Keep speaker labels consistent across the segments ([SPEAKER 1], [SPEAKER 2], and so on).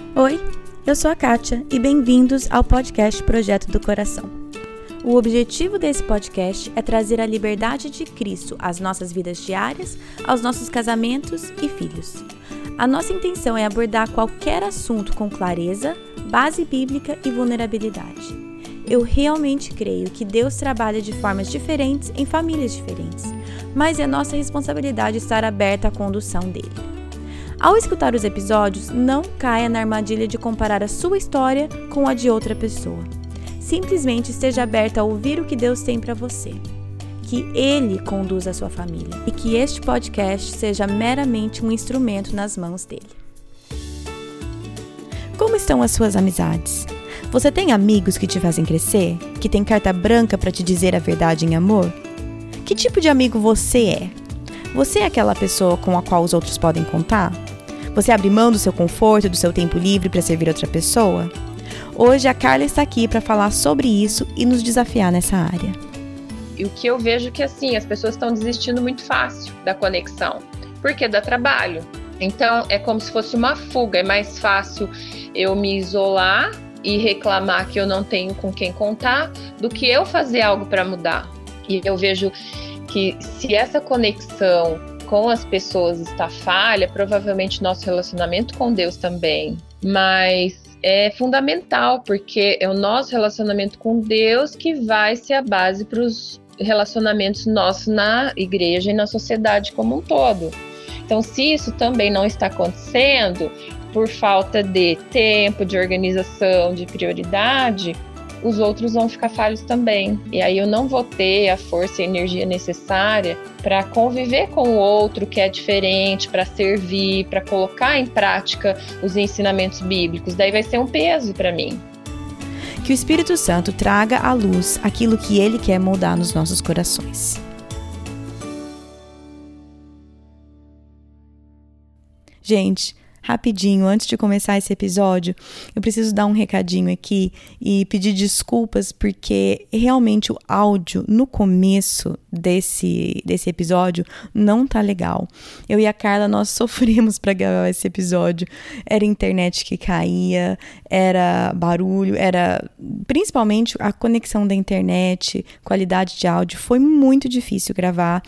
[SPEAKER 1] Oi, eu sou a Kátia e bem-vindos ao podcast Projeto do Coração. O objetivo desse podcast é trazer a liberdade de Cristo às nossas vidas diárias, aos nossos casamentos e filhos. A nossa intenção é abordar qualquer assunto com clareza, base bíblica e vulnerabilidade. Eu realmente creio que Deus trabalha de formas diferentes em famílias diferentes, mas é nossa responsabilidade estar aberta à condução dele. Ao escutar os episódios, não caia na armadilha de comparar a sua história com a de outra pessoa. Simplesmente esteja aberta a ouvir o que Deus tem para você. Que Ele conduza a sua família e que este podcast seja meramente um instrumento nas mãos dele. Como estão as suas amizades? Você tem amigos que te fazem crescer? Que tem carta branca para te dizer a verdade em amor? Que tipo de amigo você é? Você é aquela pessoa com a qual os outros podem contar? Você abre mão do seu conforto e do seu tempo livre para servir outra pessoa? Hoje a Carla está aqui para falar sobre isso e nos desafiar nessa área.
[SPEAKER 2] E o que eu vejo é que assim, as pessoas estão desistindo muito fácil da conexão, porque dá trabalho. Então é como se fosse uma fuga, é mais fácil eu me isolar e reclamar que eu não tenho com quem contar do que eu fazer algo para mudar. E eu vejo que se essa conexão com as pessoas está falha, provavelmente nosso relacionamento com Deus também. Mas é fundamental, porque é o nosso relacionamento com Deus que vai ser a base para os relacionamentos nossos na igreja e na sociedade como um todo. Então, se isso também não está acontecendo, por falta de tempo, de organização, de prioridade, os outros vão ficar falhos também. E aí eu não vou ter a força e a energia necessária para conviver com o outro que é diferente, para servir, para colocar em prática os ensinamentos bíblicos. Daí vai ser um peso para mim.
[SPEAKER 1] Que o Espírito Santo traga à luz aquilo que Ele quer moldar nos nossos corações. Gente, rapidinho, antes de começar esse episódio, eu preciso dar um recadinho aqui e pedir desculpas porque realmente o áudio no começo desse episódio não tá legal. Eu e a Carla, nós sofremos para gravar esse episódio. Era internet que caía, era barulho, era principalmente a conexão da internet, qualidade de áudio. Foi muito difícil gravar,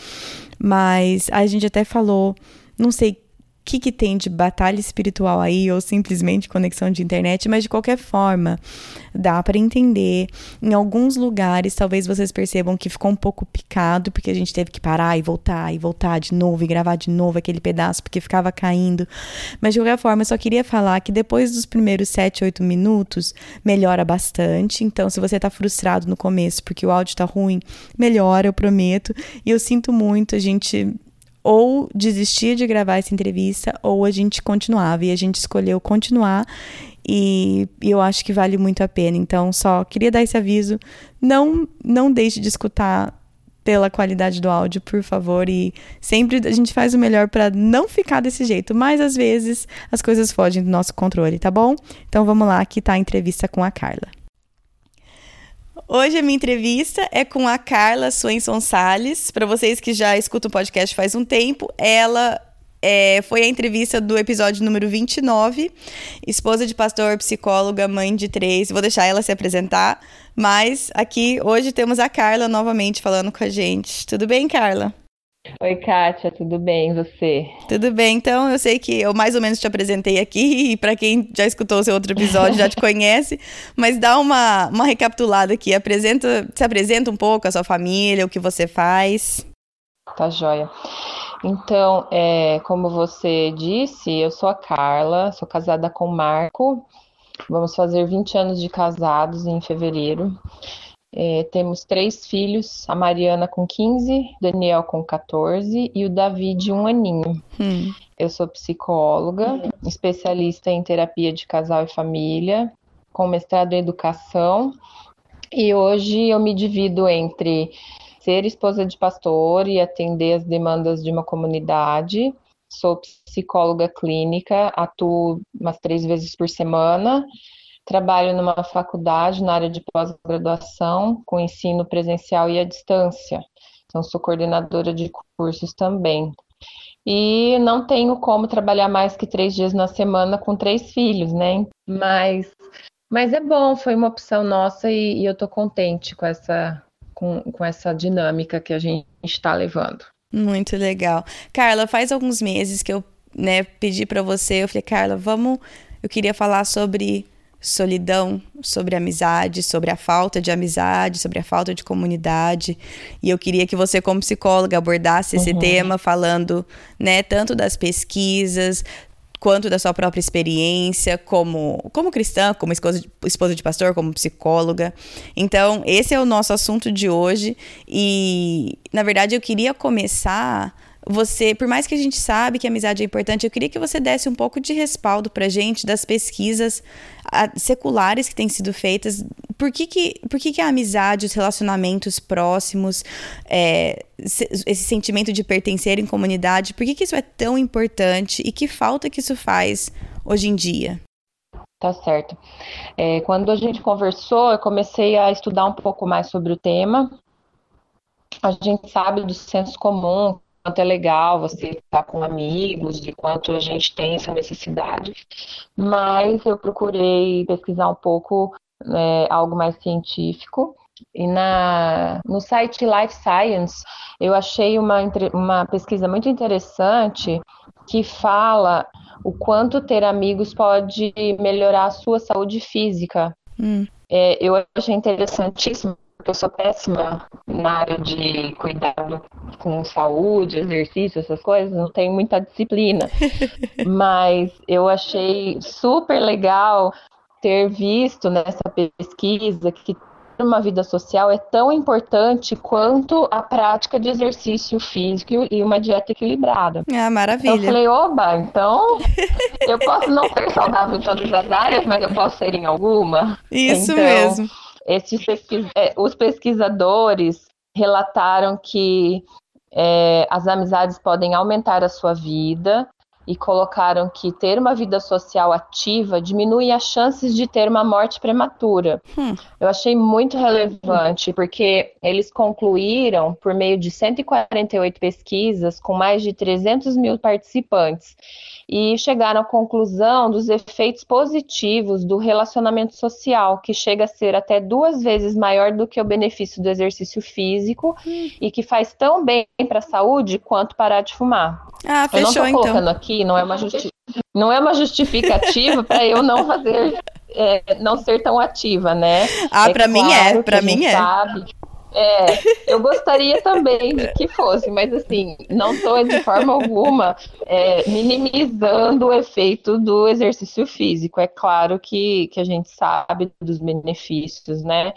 [SPEAKER 1] mas a gente até falou, não sei o que tem de batalha espiritual aí, ou simplesmente conexão de internet, mas de qualquer forma, dá para entender. Em alguns lugares, talvez vocês percebam que ficou um pouco picado, porque a gente teve que parar e voltar de novo, e gravar de novo aquele pedaço, porque ficava caindo. Mas de qualquer forma, eu só queria falar que depois dos primeiros 7, 8 minutos, melhora bastante. Então, se você tá frustrado no começo, porque o áudio tá ruim, melhora, eu prometo. E eu sinto muito, a gente ou desistia de gravar essa entrevista, ou a gente continuava, e a gente escolheu continuar, e eu acho que vale muito a pena. Então, só queria dar esse aviso, não deixe de escutar pela qualidade do áudio, por favor, e sempre a gente faz o melhor para não ficar desse jeito, mas às vezes as coisas fogem do nosso controle, tá bom? Então vamos lá, que tá a entrevista com a Carla. Hoje a minha entrevista é com a Carla Swenson Salles. Para vocês que já escutam o podcast faz um tempo, ela foi a entrevista do episódio número 29, esposa de pastor, psicóloga, mãe de 3. Vou deixar ela se apresentar, mas aqui hoje temos a Carla novamente falando com a gente. Tudo bem, Carla?
[SPEAKER 2] Oi, Kátia, tudo bem, e você?
[SPEAKER 1] Tudo bem, então eu sei que eu mais ou menos te apresentei aqui, e para quem já escutou o seu outro episódio já te conhece, mas dá uma recapitulada aqui, se apresenta um pouco a sua família, o que você faz.
[SPEAKER 2] Tá joia. Então, como você disse, eu sou a Carla, sou casada com o Marco, vamos fazer 20 anos de casados em fevereiro. Temos 3 filhos, a Mariana com 15, Daniel com 14 e o Davi de 1 aninho. Eu sou psicóloga, especialista em terapia de casal e família, com mestrado em educação, e hoje eu me divido entre ser esposa de pastor e atender as demandas de uma comunidade. Sou psicóloga clínica, atuo umas 3 vezes por semana. Trabalho numa faculdade na área de pós-graduação, com ensino presencial e à distância. Então, sou coordenadora de cursos também. e não tenho como trabalhar mais que 3 dias na semana com 3 filhos, né? Mas é bom, foi uma opção nossa e eu tô contente com essa dinâmica que a gente está levando.
[SPEAKER 1] Muito legal. Carla, faz alguns meses que eu, né, pedi para você, eu falei, Carla, eu queria falar sobre solidão, sobre amizade, sobre a falta de amizade, sobre a falta de comunidade. E eu queria que você, como psicóloga, abordasse esse tema falando, né, tanto das pesquisas, quanto da sua própria experiência como cristã, como esposa de pastor, como psicóloga. Então, esse é o nosso assunto de hoje. E, na verdade, eu queria começar... Você, por mais que a gente sabe que a amizade é importante, eu queria que você desse um pouco de respaldo pra gente das pesquisas seculares que têm sido feitas. Por que a amizade, os relacionamentos próximos, esse sentimento de pertencer em comunidade, por que isso é tão importante e que falta que isso faz hoje em dia?
[SPEAKER 2] Tá certo. Quando a gente conversou, eu comecei a estudar um pouco mais sobre o tema. A gente sabe do senso comum, quanto é legal você estar com amigos, de quanto a gente tem essa necessidade, mas eu procurei pesquisar um pouco algo mais científico, e no site Life Science eu achei uma pesquisa muito interessante que fala o quanto ter amigos pode melhorar a sua saúde física. Eu achei interessantíssimo, porque eu sou péssima na área de cuidado com saúde, exercício, essas coisas, não tenho muita disciplina. Mas eu achei super legal ter visto nessa pesquisa que ter uma vida social é tão importante quanto a prática de exercício físico e uma dieta equilibrada.
[SPEAKER 1] Ah, maravilha.
[SPEAKER 2] Então eu falei, oba, então eu posso não ser saudável em todas as áreas, mas eu posso ser em alguma.
[SPEAKER 1] Isso
[SPEAKER 2] então,
[SPEAKER 1] mesmo.
[SPEAKER 2] Os pesquisadores relataram que as amizades podem aumentar a sua vida e colocaram que ter uma vida social ativa diminui as chances de ter uma morte prematura. Eu achei muito relevante, porque eles concluíram, por meio de 148 pesquisas, com mais de 300 mil participantes, e chegaram à conclusão dos efeitos positivos do relacionamento social, que chega a ser até 2 vezes maior do que o benefício do exercício físico e que faz tão bem para a saúde quanto parar de fumar.
[SPEAKER 1] Ah, fechou,
[SPEAKER 2] eu não estou colocando
[SPEAKER 1] então.
[SPEAKER 2] aqui, não é uma justificativa para eu não fazer, não ser tão ativa, né?
[SPEAKER 1] Para mim é, para mim é.
[SPEAKER 2] Sabe, eu gostaria também de que fosse, mas assim, não estou de forma alguma minimizando o efeito do exercício físico. É claro que a gente sabe dos benefícios, né?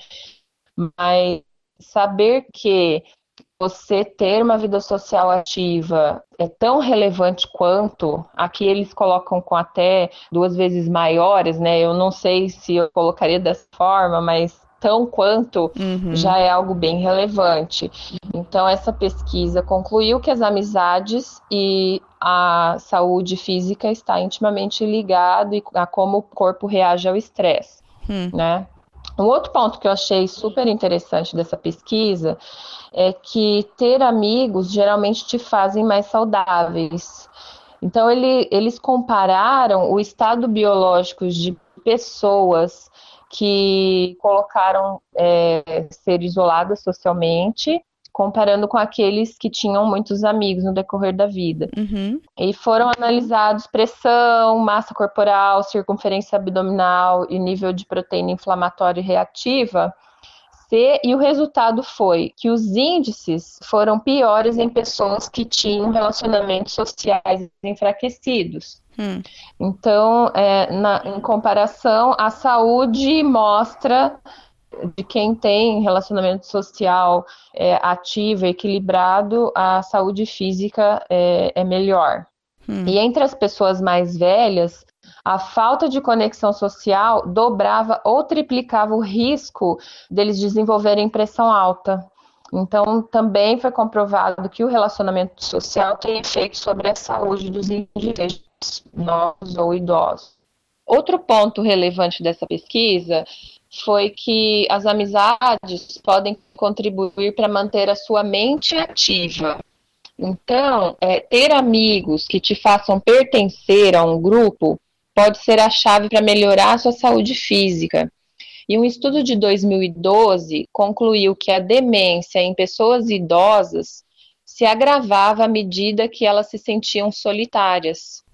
[SPEAKER 2] Mas saber que você ter uma vida social ativa é tão relevante quanto, aqui eles colocam com até 2 vezes maiores, né? Eu não sei se eu colocaria dessa forma, mas tão quanto já é algo bem relevante. Então, essa pesquisa concluiu que as amizades e a saúde física está intimamente ligado a como o corpo reage ao estresse, né? Um outro ponto que eu achei super interessante dessa pesquisa é que ter amigos geralmente te fazem mais saudáveis. Então, eles compararam o estado biológico de pessoas que colocaram ser isoladas socialmente, comparando com aqueles que tinham muitos amigos no decorrer da vida. E foram analisados pressão, massa corporal, circunferência abdominal e nível de proteína inflamatória e reativa. E o resultado foi que os índices foram piores em pessoas que tinham relacionamentos sociais enfraquecidos. Então, em comparação, a saúde mostra de quem tem relacionamento social ativo, equilibrado, a saúde física é melhor. E entre as pessoas mais velhas, a falta de conexão social dobrava ou triplicava o risco deles desenvolverem pressão alta. Então, também foi comprovado que o relacionamento social tem efeito sobre a saúde dos indivíduos novos ou idosos. Outro ponto relevante dessa pesquisa foi que as amizades podem contribuir para manter a sua mente ativa. Então, ter amigos que te façam pertencer a um grupo pode ser a chave para melhorar a sua saúde física. E um estudo de 2012 concluiu que a demência em pessoas idosas se agravava à medida que elas se sentiam solitárias.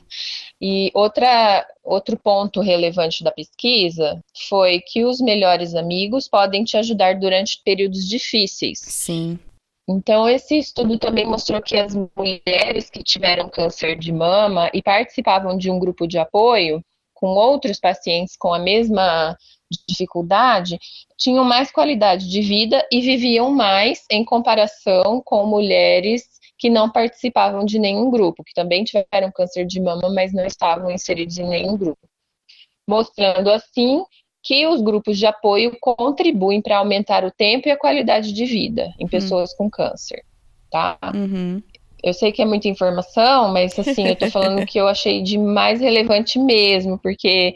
[SPEAKER 2] E outro ponto relevante da pesquisa foi que os melhores amigos podem te ajudar durante períodos difíceis.
[SPEAKER 1] Sim.
[SPEAKER 2] Então, esse estudo também mostrou que as mulheres que tiveram câncer de mama e participavam de um grupo de apoio com outros pacientes com a mesma dificuldade, tinham mais qualidade de vida e viviam mais em comparação com mulheres que não participavam de nenhum grupo, que também tiveram câncer de mama, mas não estavam inseridos em nenhum grupo. Mostrando assim que os grupos de apoio contribuem para aumentar o tempo e a qualidade de vida em pessoas com câncer, tá? Eu sei que é muita informação, mas assim, eu tô falando que eu achei de mais relevante mesmo, porque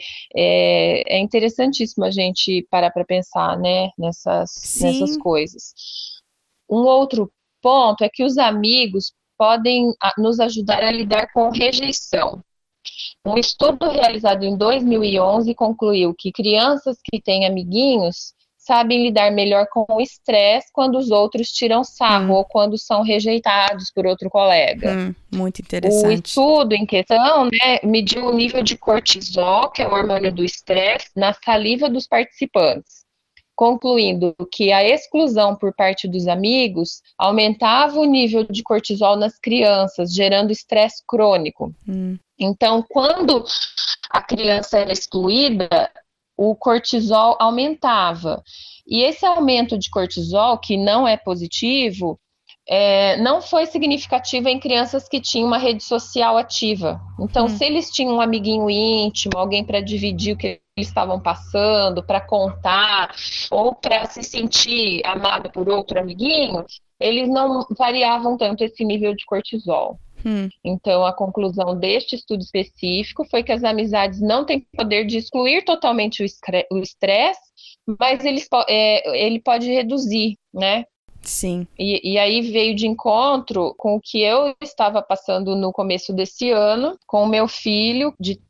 [SPEAKER 2] é interessantíssimo a gente parar para pensar, né, nessas coisas. Um outro ponto é que os amigos podem nos ajudar a lidar com rejeição. Um estudo realizado em 2011 concluiu que crianças que têm amiguinhos sabem lidar melhor com o estresse quando os outros tiram sarro ou quando são rejeitados por outro colega.
[SPEAKER 1] Muito interessante.
[SPEAKER 2] O estudo em questão, né, mediu o nível de cortisol, que é o hormônio do estresse, na saliva dos participantes, concluindo que a exclusão por parte dos amigos aumentava o nível de cortisol nas crianças, gerando estresse crônico. Então, quando a criança era excluída, o cortisol aumentava. E esse aumento de cortisol, que não é positivo, não foi significativo em crianças que tinham uma rede social ativa. Então, se eles tinham um amiguinho íntimo, alguém para dividir o que eles estavam passando, para contar, ou para se sentir amado por outro amiguinho, eles não variavam tanto esse nível de cortisol. Então, a conclusão deste estudo específico foi que as amizades não têm poder de excluir totalmente o estresse, mas ele pode reduzir, né?
[SPEAKER 1] Sim.
[SPEAKER 2] E aí veio de encontro com o que eu estava passando no começo desse ano, com o meu filho,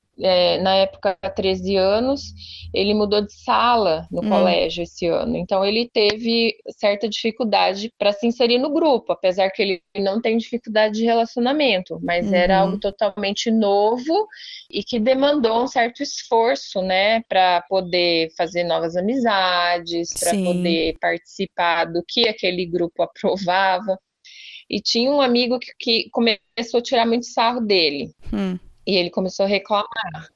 [SPEAKER 2] na época, 13 anos, ele mudou de sala no colégio esse ano. Então, ele teve certa dificuldade para se inserir no grupo, apesar que ele não tem dificuldade de relacionamento, mas era algo totalmente novo e que demandou um certo esforço, né, para poder fazer novas amizades, para poder participar do que aquele grupo aprovava. E tinha um amigo que começou a tirar muito sarro dele. E ele começou a reclamar.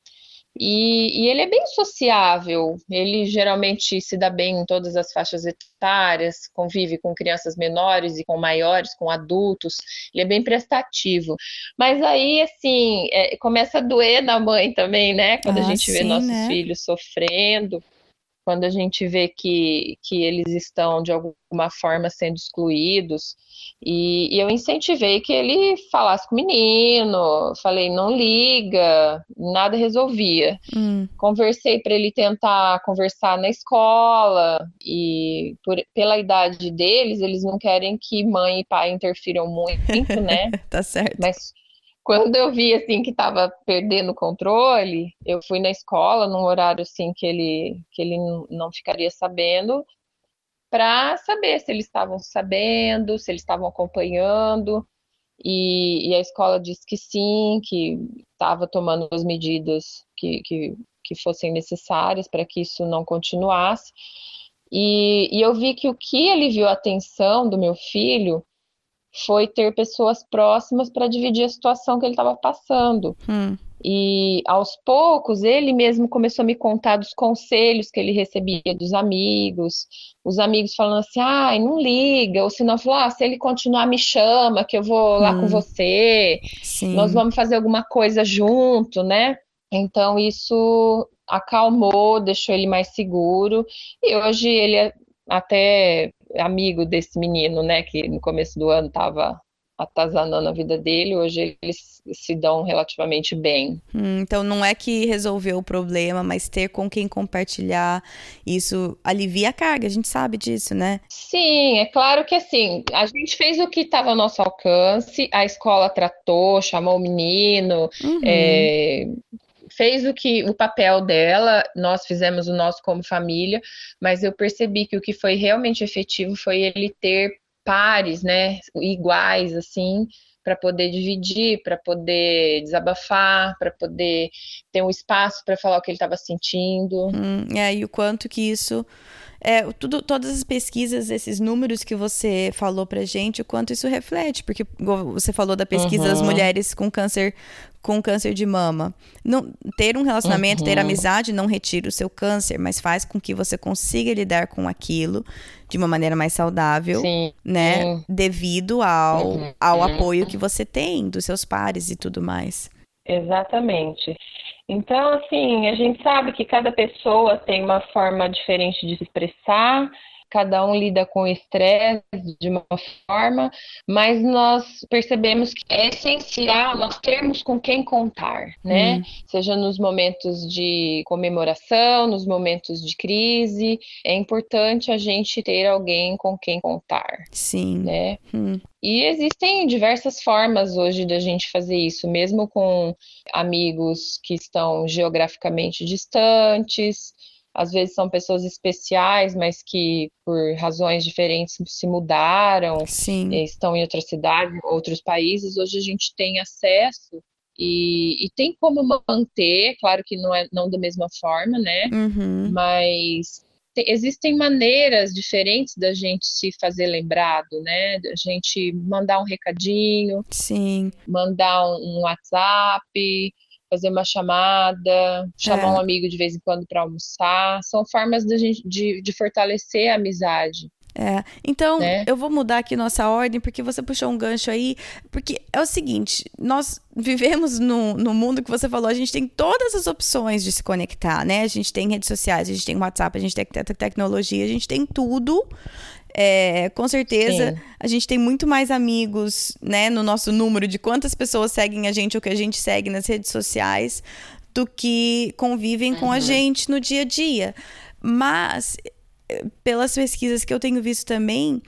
[SPEAKER 2] E ele é bem sociável, ele geralmente se dá bem em todas as faixas etárias, convive com crianças menores e com maiores, com adultos, ele é bem prestativo. Mas aí, assim, começa a doer na mãe também, né? Quando a gente vê nossos filhos sofrendo, quando a gente vê que eles estão, de alguma forma, sendo excluídos. E eu incentivei que ele falasse com o menino, falei, não liga, nada resolvia. Conversei para ele tentar conversar na escola, e pela idade deles, eles não querem que mãe e pai interfiram muito, né?
[SPEAKER 1] Tá certo.
[SPEAKER 2] Mas quando eu vi, assim, que estava perdendo o controle, eu fui na escola num horário, assim, que ele não ficaria sabendo, para saber se eles estavam sabendo, se eles estavam acompanhando. E a escola disse que sim, que estava tomando as medidas que fossem necessárias para que isso não continuasse. E eu vi que o que aliviou a atenção do meu filho foi ter pessoas próximas para dividir a situação que ele estava passando. E aos poucos ele mesmo começou a me contar dos conselhos que ele recebia dos amigos, os amigos falando assim, não liga, ou se não, falou, se ele continuar me chama, que eu vou lá com você, nós vamos fazer alguma coisa junto, né? Então isso acalmou, deixou ele mais seguro, e hoje ele é até amigo desse menino, né, que no começo do ano estava atazanando a vida dele, hoje eles se dão relativamente bem.
[SPEAKER 1] Então não é que resolveu o problema, mas ter com quem compartilhar, isso alivia a carga, a gente sabe disso, né?
[SPEAKER 2] Sim, é claro que assim, a gente fez o que estava ao nosso alcance, a escola tratou, chamou o menino,
[SPEAKER 1] Uhum.
[SPEAKER 2] é, fez o papel dela, nós fizemos o nosso como família, mas eu percebi que o que foi realmente efetivo foi ele ter pares, né, iguais, assim, para poder dividir, para poder desabafar, para poder ter um espaço para falar o que ele estava sentindo.
[SPEAKER 1] E o quanto que isso todas as pesquisas, esses números que você falou pra gente, o quanto isso reflete, porque você falou da pesquisa das
[SPEAKER 2] Uhum,
[SPEAKER 1] mulheres com câncer de mama. Não, ter um relacionamento, ter
[SPEAKER 2] uhum,
[SPEAKER 1] amizade não retira o seu câncer, mas faz com que você consiga lidar com aquilo de uma maneira mais saudável,
[SPEAKER 2] sim,
[SPEAKER 1] né? Devido ao
[SPEAKER 2] uhum.
[SPEAKER 1] apoio que você tem dos seus pares e tudo mais.
[SPEAKER 2] Exatamente. Então, assim, a gente sabe que cada pessoa tem uma forma diferente de se expressar, cada um lida com o estresse de uma forma, mas nós percebemos que é essencial nós termos com quem contar, né?
[SPEAKER 1] Hum,
[SPEAKER 2] Seja nos momentos de comemoração, nos momentos de crise, é importante a gente ter alguém com quem contar,
[SPEAKER 1] sim.
[SPEAKER 2] né?
[SPEAKER 1] Hum,
[SPEAKER 2] E existem diversas formas hoje da gente fazer isso, mesmo com amigos que estão geograficamente distantes, às vezes são pessoas especiais, mas que por razões diferentes se mudaram,
[SPEAKER 1] sim.
[SPEAKER 2] estão em outra cidade, outros países. Hoje a gente tem acesso e tem como manter, claro que não da mesma forma, né?
[SPEAKER 1] Uhum,
[SPEAKER 2] Mas existem maneiras diferentes da gente se fazer lembrado, né? Da gente mandar um recadinho,
[SPEAKER 1] sim.
[SPEAKER 2] mandar um WhatsApp, fazer uma chamada, chamar um
[SPEAKER 1] É.
[SPEAKER 2] amigo de vez em quando para almoçar. São formas da gente de fortalecer a amizade,
[SPEAKER 1] Então,
[SPEAKER 2] né?
[SPEAKER 1] eu vou mudar aqui nossa ordem, porque você puxou um gancho aí. Porque é o seguinte: nós vivemos no mundo que você falou, a gente tem todas as opções de se conectar, né? A gente tem redes sociais, a gente tem WhatsApp, a gente tem tecnologia, a gente tem tudo. Com certeza,
[SPEAKER 2] Sim.
[SPEAKER 1] a gente tem muito mais amigos, né, no nosso número de quantas pessoas seguem a gente ou que a gente segue nas redes sociais, do que convivem com a
[SPEAKER 2] Uhum.
[SPEAKER 1] gente no dia a dia. Mas pelas pesquisas que eu tenho visto também,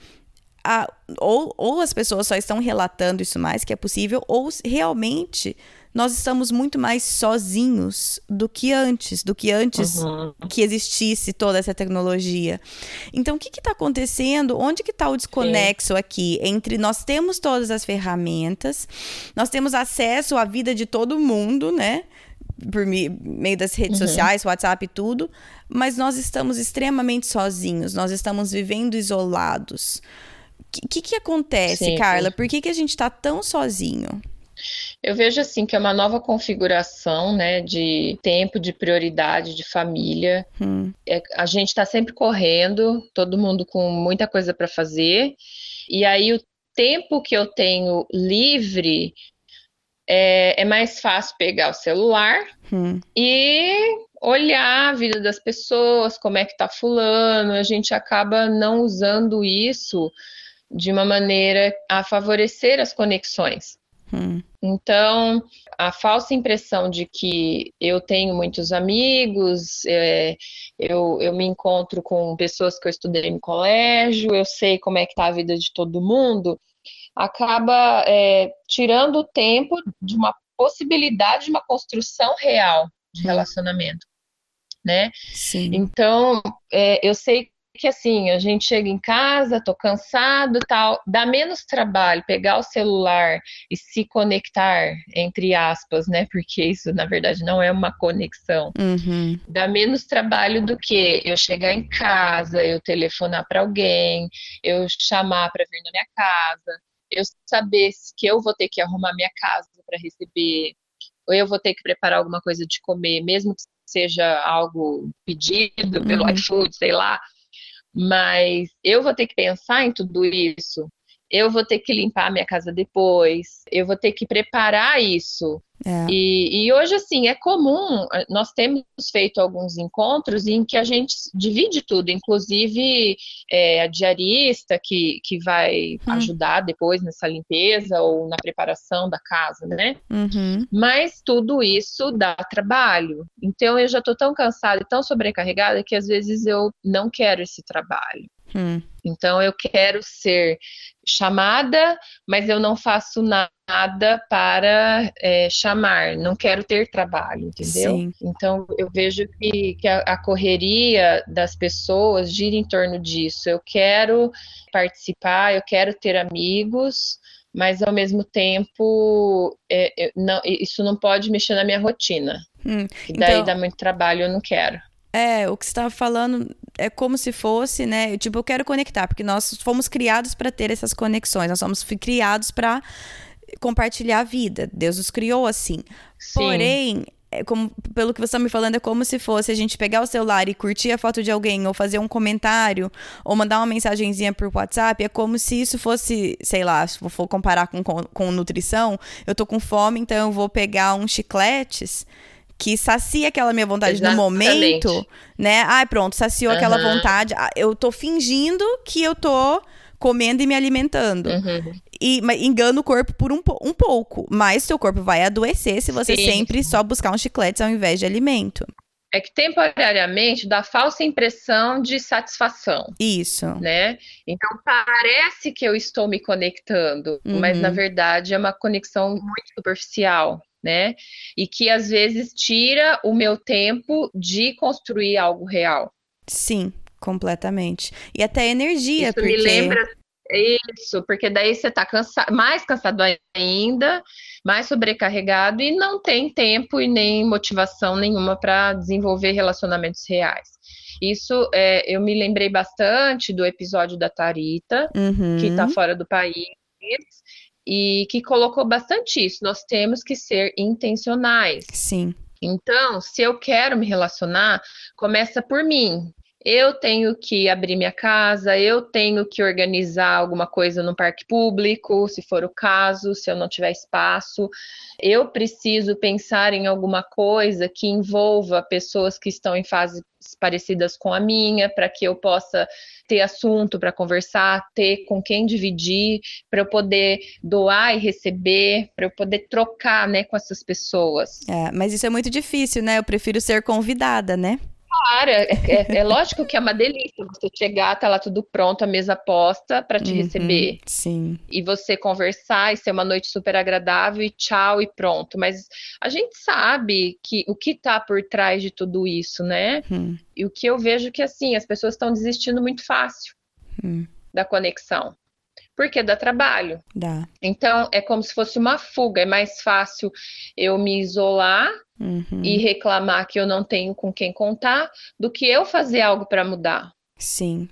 [SPEAKER 1] ou as pessoas só estão relatando isso mais, que é possível, ou realmente nós estamos muito mais sozinhos do que antes
[SPEAKER 2] Uhum.
[SPEAKER 1] que existisse toda essa tecnologia. Então, o que está acontecendo? Onde que está o
[SPEAKER 2] Sim.
[SPEAKER 1] desconexo aqui entre nós temos todas as ferramentas, nós temos acesso à vida de todo mundo, né? Por meio das redes
[SPEAKER 2] Uhum.
[SPEAKER 1] sociais, WhatsApp e tudo, mas nós estamos extremamente sozinhos, nós estamos vivendo isolados. O que acontece,
[SPEAKER 2] Sim.
[SPEAKER 1] Carla? Por que a gente está tão sozinho?
[SPEAKER 2] Eu vejo assim que é uma nova configuração, né, de tempo, de prioridade, de família.
[SPEAKER 1] Hum,
[SPEAKER 2] A gente está sempre correndo, todo mundo com muita coisa para fazer, e aí o tempo que eu tenho livre é mais fácil pegar o celular
[SPEAKER 1] hum,
[SPEAKER 2] e olhar a vida das pessoas, como é que tá fulano. A gente acaba não usando isso de uma maneira a favorecer as conexões.
[SPEAKER 1] hum.
[SPEAKER 2] Então, a falsa impressão de que eu tenho muitos amigos, eu me encontro com pessoas que eu estudei no colégio, eu sei como é que está a vida de todo mundo, acaba tirando o tempo de uma possibilidade de uma construção real de
[SPEAKER 1] Hum,
[SPEAKER 2] relacionamento, né?
[SPEAKER 1] sim.
[SPEAKER 2] Então, eu sei que assim, a gente chega em casa, tô cansado, tal, dá menos trabalho pegar o celular e se conectar, entre aspas, né? Porque isso, na verdade, não é uma conexão.
[SPEAKER 1] Uhum,
[SPEAKER 2] Dá menos trabalho do que eu chegar em casa, eu telefonar para alguém, eu chamar para vir na minha casa, eu saber que eu vou ter que arrumar minha casa para receber, ou eu vou ter que preparar alguma coisa de comer, mesmo que seja algo pedido pelo
[SPEAKER 1] uhum,
[SPEAKER 2] iFood, sei lá, mas eu vou ter que pensar em tudo isso. Eu vou ter que limpar a minha casa depois. Eu vou ter que preparar isso
[SPEAKER 1] É.
[SPEAKER 2] E hoje, assim, é comum, nós temos feito alguns encontros em que a gente divide tudo, inclusive a diarista que vai
[SPEAKER 1] Hum.
[SPEAKER 2] ajudar depois nessa limpeza ou na preparação da casa, né?
[SPEAKER 1] Uhum.
[SPEAKER 2] Mas tudo isso dá trabalho. Então eu já estou tão cansada e tão sobrecarregada que às vezes eu não quero esse trabalho.
[SPEAKER 1] Hum.
[SPEAKER 2] Então eu quero ser chamada, mas eu não faço nada para chamar, não quero ter trabalho, entendeu?
[SPEAKER 1] Sim.
[SPEAKER 2] Então eu vejo que a correria das pessoas gira em torno disso. Eu quero participar, eu quero ter amigos, mas ao mesmo tempo isso não pode mexer na minha rotina, que daí
[SPEAKER 1] Então,
[SPEAKER 2] dá muito trabalho, eu não quero.
[SPEAKER 1] o que você estava falando é como se fosse, né? Tipo, eu quero conectar, porque nós fomos criados para ter essas conexões, nós somos criados para compartilhar a vida. Deus nos criou assim.
[SPEAKER 2] Sim,
[SPEAKER 1] Porém, pelo que você está me falando, é como se fosse a gente pegar o celular e curtir a foto de alguém, ou fazer um comentário, ou mandar uma mensagenzinha por WhatsApp. É como se isso fosse, sei lá, se eu for comparar com nutrição, eu tô com fome, então eu vou pegar uns chicletes que sacia aquela minha vontade no momento,
[SPEAKER 2] exatamente.
[SPEAKER 1] né? Ai, pronto, saciou aquela
[SPEAKER 2] Aham,
[SPEAKER 1] vontade. Eu tô fingindo que eu tô comendo e me alimentando.
[SPEAKER 2] uhum.
[SPEAKER 1] Mas engana o corpo por um pouco. Mas seu corpo vai adoecer se você
[SPEAKER 2] Sim,
[SPEAKER 1] sempre só buscar uns chicletes ao invés de alimento.
[SPEAKER 2] é que temporariamente dá falsa impressão de satisfação,
[SPEAKER 1] Isso.
[SPEAKER 2] né? Então parece que eu estou me conectando, mas na
[SPEAKER 1] Uhum.
[SPEAKER 2] verdade é uma conexão muito superficial, né? E que às vezes tira o meu tempo de construir algo real.
[SPEAKER 1] Sim, completamente. E até energia,
[SPEAKER 2] Isso me
[SPEAKER 1] porque.
[SPEAKER 2] lembra isso, porque daí você está mais cansado ainda, mais sobrecarregado e não tem tempo e nem motivação nenhuma para desenvolver relacionamentos reais. Isso eu me lembrei bastante do episódio da Tarita, que está
[SPEAKER 1] Uhum.
[SPEAKER 2] fora do país, e que colocou bastante isso. Nós temos que ser intencionais.
[SPEAKER 1] Sim.
[SPEAKER 2] Então, se eu quero me relacionar, começa por mim. Eu tenho que abrir minha casa, eu tenho que organizar alguma coisa no parque público, se for o caso, se eu não tiver espaço. Eu preciso pensar em alguma coisa que envolva pessoas que estão em fases parecidas com a minha, para que eu possa ter assunto para conversar, ter com quem dividir, para eu poder doar e receber, para eu poder trocar, né, com essas pessoas.
[SPEAKER 1] Mas isso é muito difícil, né? Eu prefiro ser convidada, né?
[SPEAKER 2] Claro, é lógico que é uma delícia você chegar, tá lá tudo pronto, a mesa posta para te
[SPEAKER 1] Uhum.
[SPEAKER 2] receber.
[SPEAKER 1] Sim.
[SPEAKER 2] E você conversar e ser uma noite super agradável e tchau e pronto. Mas a gente sabe que o que tá por trás de tudo isso, né?
[SPEAKER 1] Hum.
[SPEAKER 2] E o que eu vejo que assim, as pessoas estão desistindo muito fácil
[SPEAKER 1] Hum.
[SPEAKER 2] da conexão, porque dá trabalho.
[SPEAKER 1] Dá.
[SPEAKER 2] Então é como se fosse uma fuga, é mais fácil eu me isolar e
[SPEAKER 1] Uhum.
[SPEAKER 2] reclamar que eu não tenho com quem contar, do que eu fazer algo para mudar.
[SPEAKER 1] Sim.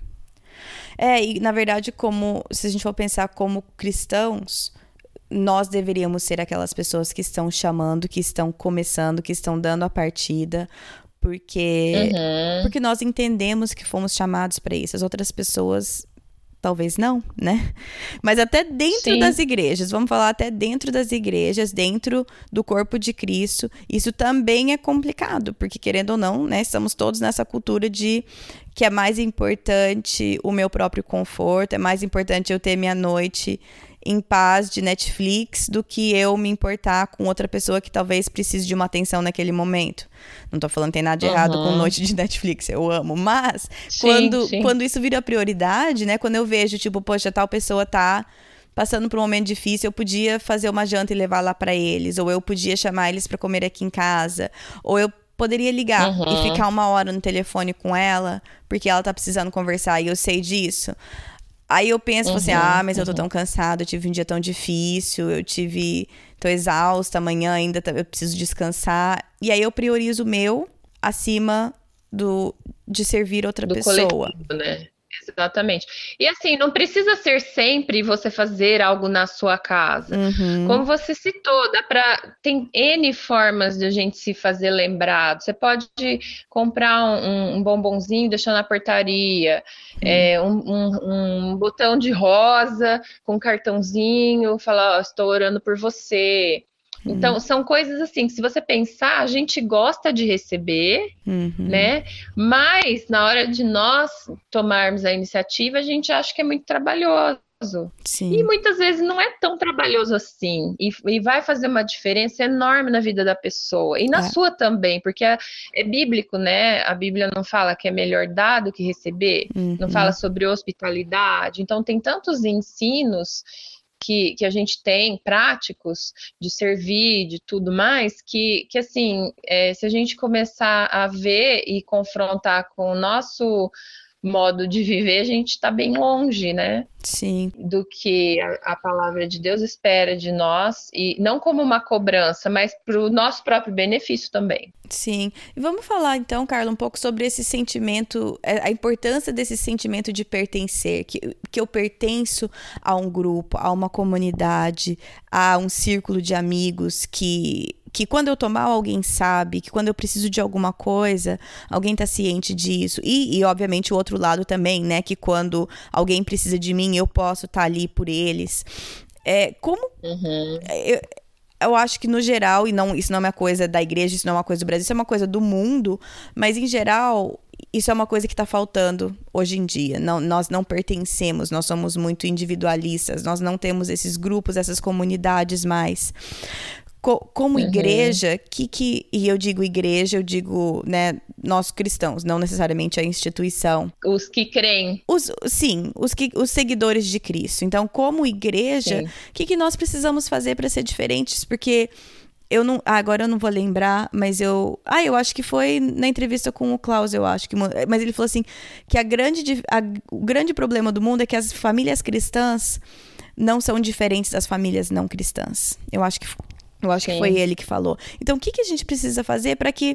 [SPEAKER 1] E na verdade, se a gente for pensar como cristãos, nós deveríamos ser aquelas pessoas que estão chamando, que estão começando, que estão dando a partida, porque
[SPEAKER 2] Uhum,
[SPEAKER 1] porque nós entendemos que fomos chamados para isso. As outras pessoas talvez não, né? Mas até dentro das
[SPEAKER 2] sim,
[SPEAKER 1] igrejas, vamos falar até dentro das igrejas, dentro do corpo de Cristo, isso também é complicado, porque querendo ou não, né, estamos todos nessa cultura de que é mais importante o meu próprio conforto, é mais importante eu ter minha noite em paz de Netflix do que eu me importar com outra pessoa que talvez precise de uma atenção naquele momento. Não tô falando que tem nada de errado com
[SPEAKER 2] uhum,
[SPEAKER 1] noite de Netflix, eu amo, mas
[SPEAKER 2] sim,
[SPEAKER 1] quando
[SPEAKER 2] sim,
[SPEAKER 1] isso vira prioridade, né? Quando eu vejo, tipo, poxa, tal pessoa tá passando por um momento difícil, eu podia fazer uma janta e levar lá pra eles, ou eu podia chamar eles pra comer aqui em casa, ou eu poderia ligar e
[SPEAKER 2] uhum,
[SPEAKER 1] ficar uma hora no telefone com ela, porque ela tá precisando conversar e eu sei disso. Aí eu penso, assim,
[SPEAKER 2] uhum,
[SPEAKER 1] mas eu tô tão
[SPEAKER 2] uhum.
[SPEAKER 1] cansada, eu tive um dia tão difícil, tô exausta, amanhã ainda eu preciso descansar. E aí eu priorizo o meu acima de servir outra
[SPEAKER 2] Do
[SPEAKER 1] pessoa.
[SPEAKER 2] coletivo, né? Exatamente. E assim, não precisa ser sempre você fazer algo na sua casa.
[SPEAKER 1] Uhum.
[SPEAKER 2] Como você citou, tem N formas de a gente se fazer lembrado. Você pode comprar um bombonzinho, deixar na portaria, um botão de rosa com cartãozinho, falar, ó, estou orando por você. Então, são coisas assim, que se você pensar, a gente gosta de receber, né? Mas na hora de nós tomarmos a iniciativa, a gente acha que é muito trabalhoso. E
[SPEAKER 1] Sim.
[SPEAKER 2] muitas vezes não é tão trabalhoso assim. E vai fazer uma diferença enorme na vida da pessoa. E na sua também, porque é bíblico, né? A Bíblia não fala que é melhor dar do que receber, não fala sobre hospitalidade. Então, tem tantos ensinos que a gente tem, práticos, de servir, de tudo mais, que assim, se a gente começar a ver e confrontar com o nosso modo de viver, a gente está bem longe, né?
[SPEAKER 1] Sim.
[SPEAKER 2] Do que a palavra de Deus espera de nós, e não como uma cobrança, mas para o nosso próprio benefício também.
[SPEAKER 1] Sim. E vamos falar então, Carla, um pouco sobre esse sentimento, a importância desse sentimento de pertencer, que eu pertenço a um grupo, a uma comunidade, a um círculo de amigos que quando eu tô mal, alguém sabe, que quando eu preciso de alguma coisa, alguém tá ciente disso. E obviamente, o outro lado também, né? Que quando alguém precisa de mim, eu posso estar ali por eles. Eu acho que, no geral, isso não é uma coisa da igreja, isso não é uma coisa do Brasil, isso é uma coisa do mundo, mas, em geral, isso é uma coisa que está faltando hoje em dia. Nós não pertencemos, nós somos muito individualistas, nós não temos esses grupos, essas comunidades mais. Como igreja, e eu digo igreja, eu digo, né, nós cristãos, não necessariamente a instituição.
[SPEAKER 2] Os que creem.
[SPEAKER 1] Os seguidores de Cristo. Então, como igreja, o que nós precisamos fazer para ser diferentes? Porque agora eu não vou lembrar, mas eu acho que foi na entrevista com o Klaus, mas ele falou assim, que o grande problema do mundo é que as famílias cristãs não são diferentes das famílias não cristãs. Eu acho que foi ele que falou. Então, o que a gente precisa fazer para que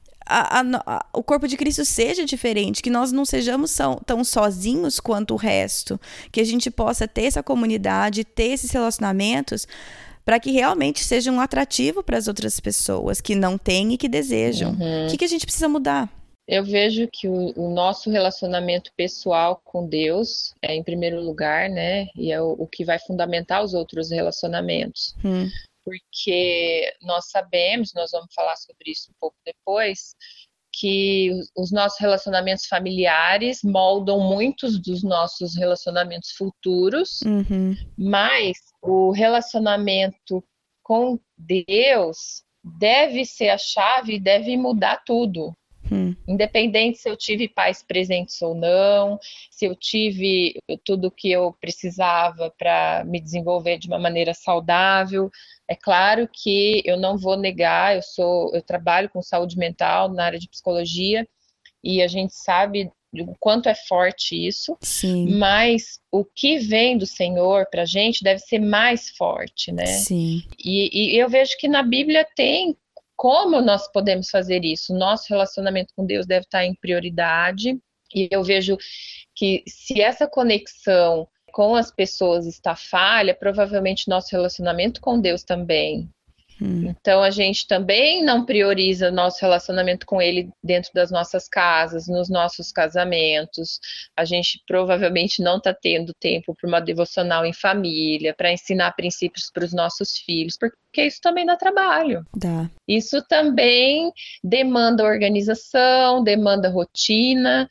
[SPEAKER 1] o corpo de Cristo seja diferente, que nós não sejamos tão sozinhos quanto o resto, que a gente possa ter essa comunidade, ter esses relacionamentos, para que realmente sejam atrativos para as outras pessoas que não têm e que desejam. O que a gente precisa mudar?
[SPEAKER 2] Eu vejo que o nosso relacionamento pessoal com Deus é em primeiro lugar, né? E é o que vai fundamentar os outros relacionamentos. Porque nós sabemos, nós vamos falar sobre isso um pouco depois, que os nossos relacionamentos familiares moldam muitos dos nossos relacionamentos futuros, mas o relacionamento com Deus deve ser a chave e deve mudar tudo. Independente se eu tive pais presentes ou não, se eu tive tudo que eu precisava para me desenvolver de uma maneira saudável. É claro que eu não vou negar, eu trabalho com saúde mental na área de psicologia e a gente sabe o quanto é forte isso.
[SPEAKER 1] Sim.
[SPEAKER 2] Mas o que vem do Senhor para a gente deve ser mais forte, né?
[SPEAKER 1] Sim.
[SPEAKER 2] E eu vejo que na Bíblia tem como nós podemos fazer isso. Nosso relacionamento com Deus deve estar em prioridade, e eu vejo que se essa conexão com as pessoas está falha, provavelmente nosso relacionamento com Deus também. Então a gente também não prioriza nosso relacionamento com Ele dentro das nossas casas, nos nossos casamentos. A gente provavelmente não está tendo tempo para uma devocional em família, para ensinar princípios para os nossos filhos, porque isso também dá trabalho. Isso também demanda organização, demanda rotina,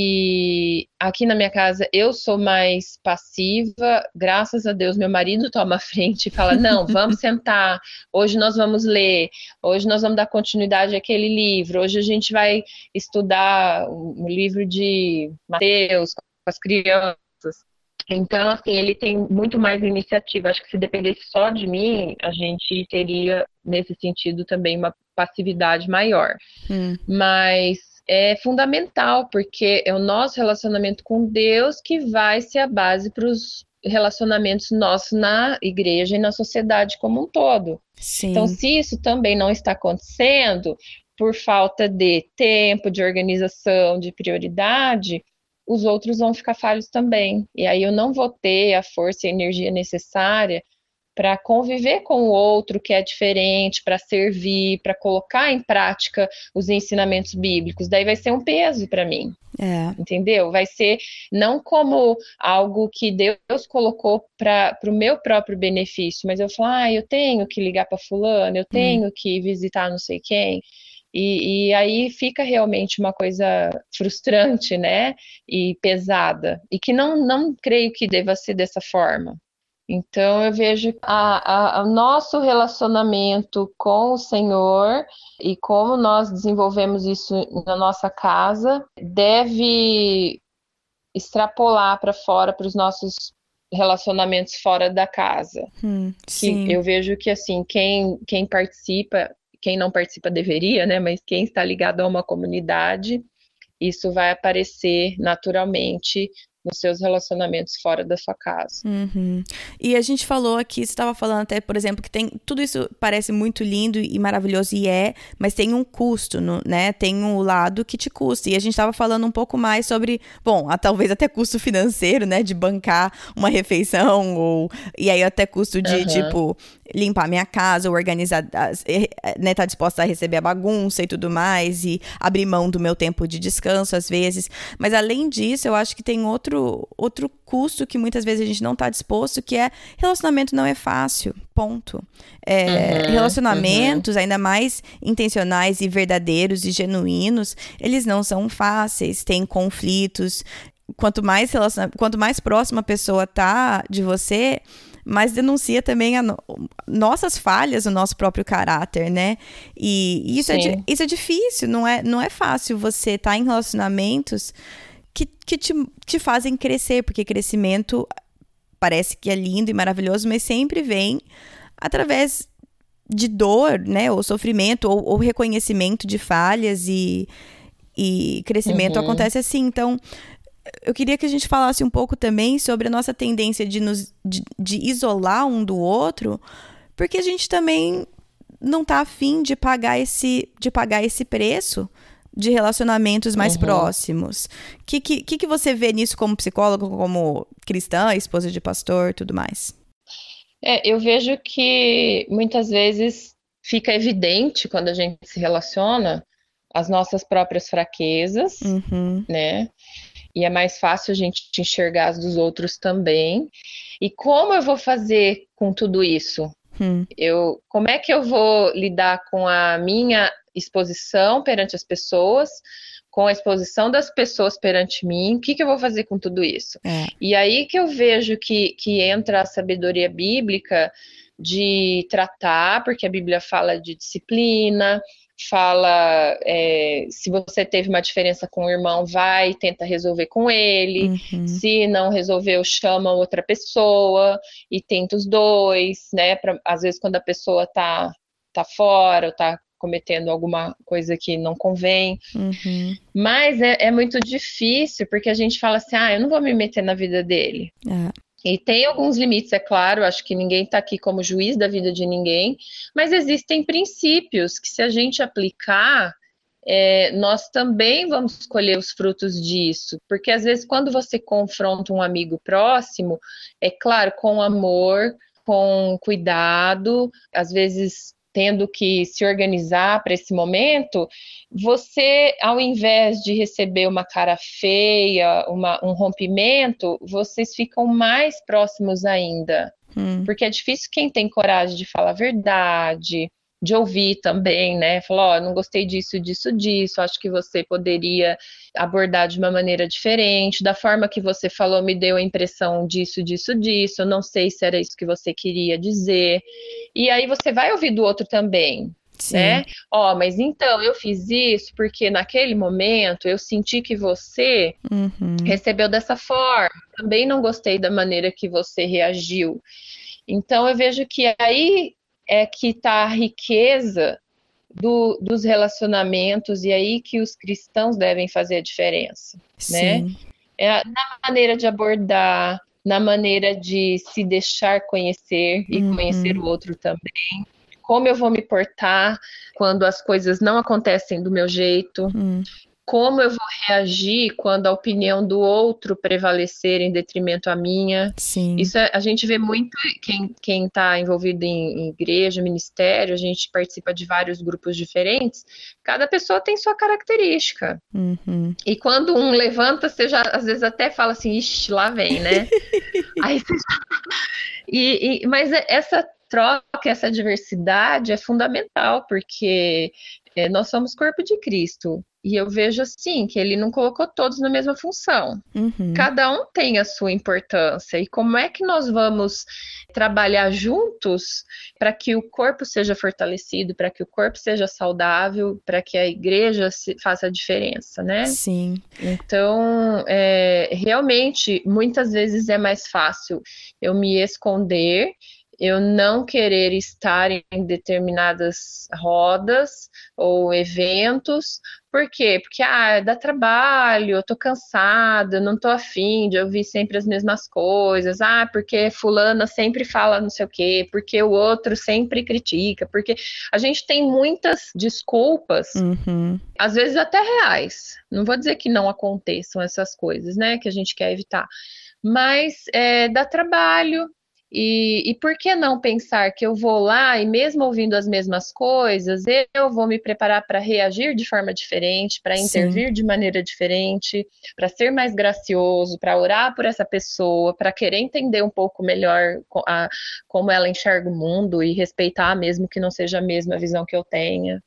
[SPEAKER 2] e aqui na minha casa eu sou mais passiva. Graças a Deus meu marido toma a frente e fala, não, vamos sentar, hoje nós vamos ler, hoje nós vamos dar continuidade àquele livro, hoje a gente vai estudar o livro de Mateus com as crianças. Então, assim, ele tem muito mais iniciativa. Acho que se dependesse só de mim, a gente teria, nesse sentido, também uma passividade maior. Mas é fundamental, porque é o nosso relacionamento com Deus que vai ser a base para os relacionamentos nossos na igreja e na sociedade como um todo.
[SPEAKER 1] Sim.
[SPEAKER 2] Então, se isso também não está acontecendo, por falta de tempo, de organização, de prioridade, os outros vão ficar falhos também. E aí eu não vou ter a força e a energia necessária para conviver com o outro que é diferente, para servir, para colocar em prática os ensinamentos bíblicos. Daí vai ser um peso para mim. Entendeu? Vai ser não como algo que Deus colocou para o meu próprio benefício, mas eu falo, eu tenho que ligar para fulano, eu tenho que visitar não sei quem. E aí fica realmente uma coisa frustrante, né? E pesada. E que não creio que deva ser dessa forma. Então, eu vejo o nosso relacionamento com o Senhor e como nós desenvolvemos isso na nossa casa deve extrapolar para fora, para os nossos relacionamentos fora da casa.
[SPEAKER 1] Sim.
[SPEAKER 2] Que eu vejo que, assim, quem participa, quem não participa deveria, né? Mas quem está ligado a uma comunidade, isso vai aparecer naturalmente nos seus relacionamentos fora da sua casa.
[SPEAKER 1] E a gente falou aqui, você estava falando até, por exemplo, que tem tudo isso parece muito lindo e maravilhoso mas tem um custo, né? Tem um lado que te custa. E a gente estava falando um pouco mais sobre, talvez até custo financeiro, né? De bancar uma refeição e aí até custo de, tipo, limpar minha casa, ou organizar, né? Tá disposta a receber a bagunça e tudo mais e abrir mão do meu tempo de descanso às vezes. Mas além disso, eu acho que tem outro custo que muitas vezes a gente não está disposto, que é relacionamento não é fácil, ponto. Relacionamentos, ainda mais intencionais e verdadeiros e genuínos, eles não são fáceis, tem conflitos. Quanto mais próxima a pessoa tá de você, mais denuncia também nossas falhas, o nosso próprio caráter, né? E isso é difícil, não é fácil você estar em relacionamentos que te fazem crescer, porque crescimento parece que é lindo e maravilhoso, mas sempre vem através de dor, né, ou sofrimento, ou reconhecimento de falhas, e crescimento acontece assim. Então, eu queria que a gente falasse um pouco também sobre a nossa tendência de isolar um do outro, porque a gente também não está afim de pagar esse preço de relacionamentos mais próximos. O que você vê nisso como psicólogo, como cristã, esposa de pastor, tudo mais?
[SPEAKER 2] Eu vejo que muitas vezes fica evidente quando a gente se relaciona as nossas próprias fraquezas, né? E é mais fácil a gente enxergar as dos outros também. E como eu vou fazer com tudo isso? Como é que eu vou lidar com a minha exposição perante as pessoas, com a exposição das pessoas perante mim? O que eu vou fazer com tudo isso? E aí que eu vejo que entra a sabedoria bíblica de tratar, porque a Bíblia fala de disciplina, fala, se você teve uma diferença com o irmão, vai, tenta resolver com ele, se não resolveu, chama outra pessoa e tenta os dois, né, às vezes quando a pessoa tá fora, ou tá cometendo alguma coisa que não convém, mas é muito difícil, porque a gente fala assim, eu não vou me meter na vida dele. E tem alguns limites, é claro, acho que ninguém está aqui como juiz da vida de ninguém, mas existem princípios que, se a gente aplicar, nós também vamos colher os frutos disso, porque às vezes quando você confronta um amigo próximo, é claro, com amor, com cuidado, às vezes tendo que se organizar para esse momento, você, ao invés de receber uma cara feia, um rompimento, vocês ficam mais próximos ainda. Porque é difícil quem tem coragem de falar a verdade, de ouvir também, né? Falar, não gostei disso, acho que você poderia abordar de uma maneira diferente, da forma que você falou me deu a impressão disso, eu não sei se era isso que você queria dizer. E aí você vai ouvir do outro também, né? Mas então eu fiz isso porque naquele momento eu senti que você recebeu dessa forma, também não gostei da maneira que você reagiu. Então eu vejo que aí é que está a riqueza dos relacionamentos, e aí que os cristãos devem fazer a diferença, né? Na maneira de abordar, na maneira de se deixar conhecer e conhecer o outro também. Como eu vou me portar quando as coisas não acontecem do meu jeito. como eu vou reagir quando a opinião do outro prevalecer em detrimento à minha.
[SPEAKER 1] Sim.
[SPEAKER 2] Isso a gente vê muito, quem está envolvido em igreja, ministério, a gente participa de vários grupos diferentes, cada pessoa tem sua característica.
[SPEAKER 1] Uhum.
[SPEAKER 2] E quando um levanta, você já às vezes até fala assim, ixi, lá vem, né? Aí você já... Mas essa troca, essa diversidade é fundamental, porque nós somos corpo de Cristo. E eu vejo assim, que ele não colocou todos na mesma função.
[SPEAKER 1] Uhum.
[SPEAKER 2] Cada um tem a sua importância. E como é que nós vamos trabalhar juntos para que o corpo seja fortalecido, para que o corpo seja saudável, para que a igreja faça a diferença, né?
[SPEAKER 1] Sim.
[SPEAKER 2] Então, realmente, muitas vezes é mais fácil eu me esconder, eu não querer estar em determinadas rodas ou eventos. Por quê? Porque dá trabalho, eu tô cansada, eu não tô afim de ouvir sempre as mesmas coisas. Porque fulana sempre fala não sei o quê, porque o outro sempre critica, porque a gente tem muitas desculpas, às vezes até reais. Não vou dizer que não aconteçam essas coisas, né, que a gente quer evitar. Mas dá trabalho. E por que não pensar que eu vou lá e mesmo ouvindo as mesmas coisas, eu vou me preparar para reagir de forma diferente, para intervir de maneira diferente, para ser mais gracioso, para orar por essa pessoa, para querer entender um pouco melhor como ela enxerga o mundo e respeitar mesmo que não seja a mesma visão que eu tenha.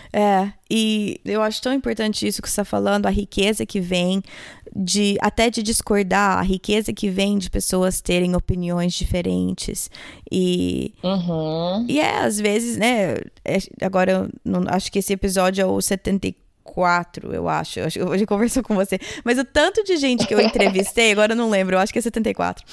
[SPEAKER 1] E eu acho tão importante isso que você está falando, a riqueza que vem até de discordar, a riqueza que vem de pessoas terem opiniões diferentes. E às vezes, né, agora eu não, acho que esse episódio é o 74, eu acho hoje conversou com você, mas o tanto de gente que eu entrevistei, agora eu não lembro, eu acho que é 74,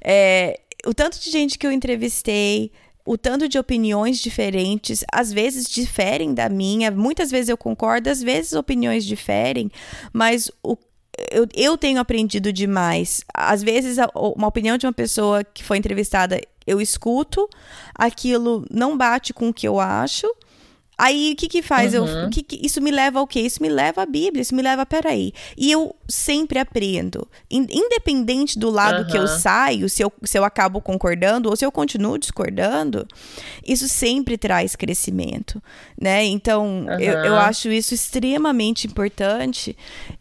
[SPEAKER 1] o tanto de gente que eu entrevistei, o tanto de opiniões diferentes, às vezes diferem da minha, muitas vezes eu concordo, às vezes opiniões diferem, mas eu tenho aprendido demais. Às vezes, uma opinião de uma pessoa que foi entrevistada, eu escuto, aquilo não bate com o que eu acho. Aí, o que faz? Isso me leva ao quê? Isso me leva à Bíblia, isso me leva, peraí. E eu sempre aprendo. Independente do lado que eu saio, se eu acabo concordando ou se eu continuo discordando, isso sempre traz crescimento, né? Então, eu acho isso extremamente importante.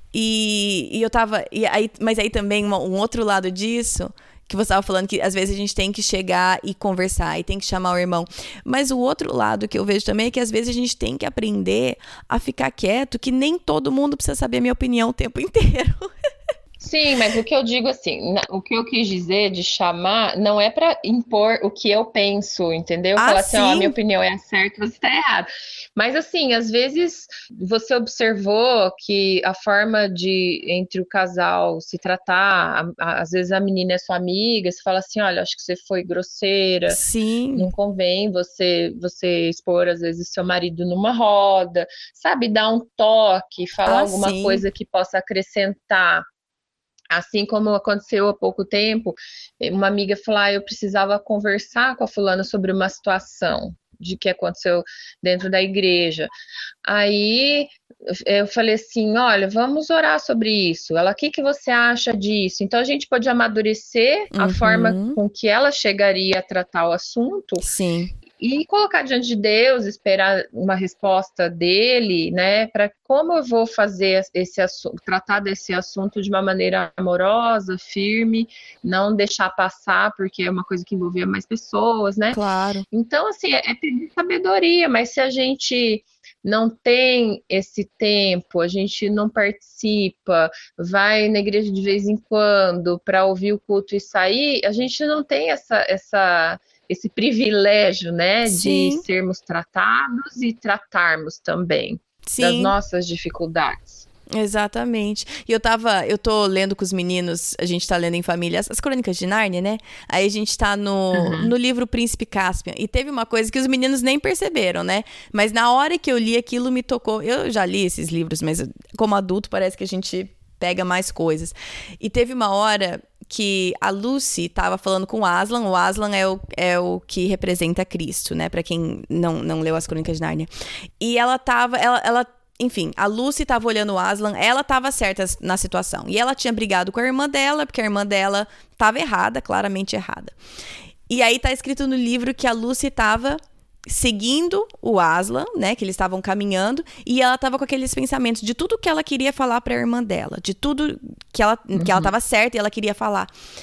[SPEAKER 1] Mas aí também um outro lado disso, que você estava falando que às vezes a gente tem que chegar e conversar e tem que chamar o irmão. Mas o outro lado que eu vejo também é que às vezes a gente tem que aprender a ficar quieto, que nem todo mundo precisa saber a minha opinião o tempo inteiro.
[SPEAKER 2] Sim, mas o que eu digo assim, o que eu quis dizer de chamar não é para impor o que eu penso, entendeu? Falar assim, a minha opinião é a certa, você está errado. Mas assim, às vezes você observou que a forma entre o casal se tratar, às vezes a menina é sua amiga, você fala assim, olha, acho que você foi grosseira.
[SPEAKER 1] Sim.
[SPEAKER 2] Não convém você expor, às vezes, seu marido numa roda, sabe? Dar um toque, falar alguma coisa que possa acrescentar. Assim como aconteceu há pouco tempo, uma amiga falou, eu precisava conversar com a fulana sobre uma situação de que aconteceu dentro da igreja. Aí eu falei assim, olha, vamos orar sobre isso. Ela, o que você acha disso? Então a gente pode amadurecer a forma com que ela chegaria a tratar o assunto.
[SPEAKER 1] Sim.
[SPEAKER 2] E colocar diante de Deus, esperar uma resposta dele, né? Para como eu vou fazer tratar desse assunto de uma maneira amorosa, firme, não deixar passar, porque é uma coisa que envolvia mais pessoas, né?
[SPEAKER 1] Claro.
[SPEAKER 2] Então, assim, é pedir sabedoria, mas se a gente não tem esse tempo, a gente não participa, vai na igreja de vez em quando para ouvir o culto e sair, a gente não tem esse privilégio, né, de sermos tratados e tratarmos também das nossas dificuldades.
[SPEAKER 1] Exatamente. E eu tô lendo com os meninos, a gente tá lendo em família as Crônicas de Nárnia, né? Aí a gente tá no livro Príncipe Caspian. E teve uma coisa que os meninos nem perceberam, né? Mas na hora que eu li aquilo me tocou. Eu já li esses livros, mas como adulto parece que a gente pega mais coisas. E teve uma hora que a Lucy tava falando com o Aslan. O Aslan é o que representa Cristo, né? Pra quem não leu as Crônicas de Nárnia. E ela enfim, a Lucy tava olhando o Aslan, ela tava certa na situação. E ela tinha brigado com a irmã dela, porque a irmã dela tava errada, claramente errada. E aí tá escrito no livro que a Lucy tava seguindo o Aslan, né, que eles estavam caminhando, e ela tava com aqueles pensamentos de tudo que ela queria falar pra irmã dela, de tudo que ela tava certa e ela queria falar.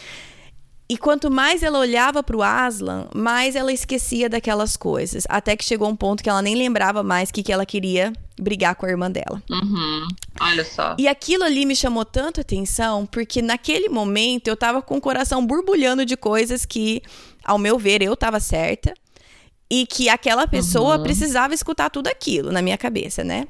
[SPEAKER 1] E quanto mais ela olhava pro Aslan, mais ela esquecia daquelas coisas. Até que chegou um ponto que ela nem lembrava mais que ela queria brigar com a irmã dela.
[SPEAKER 2] Olha só.
[SPEAKER 1] E aquilo ali me chamou tanto atenção, porque naquele momento eu tava com o coração borbulhando de coisas que, ao meu ver, eu tava certa. E que aquela pessoa precisava escutar tudo aquilo na minha cabeça, né?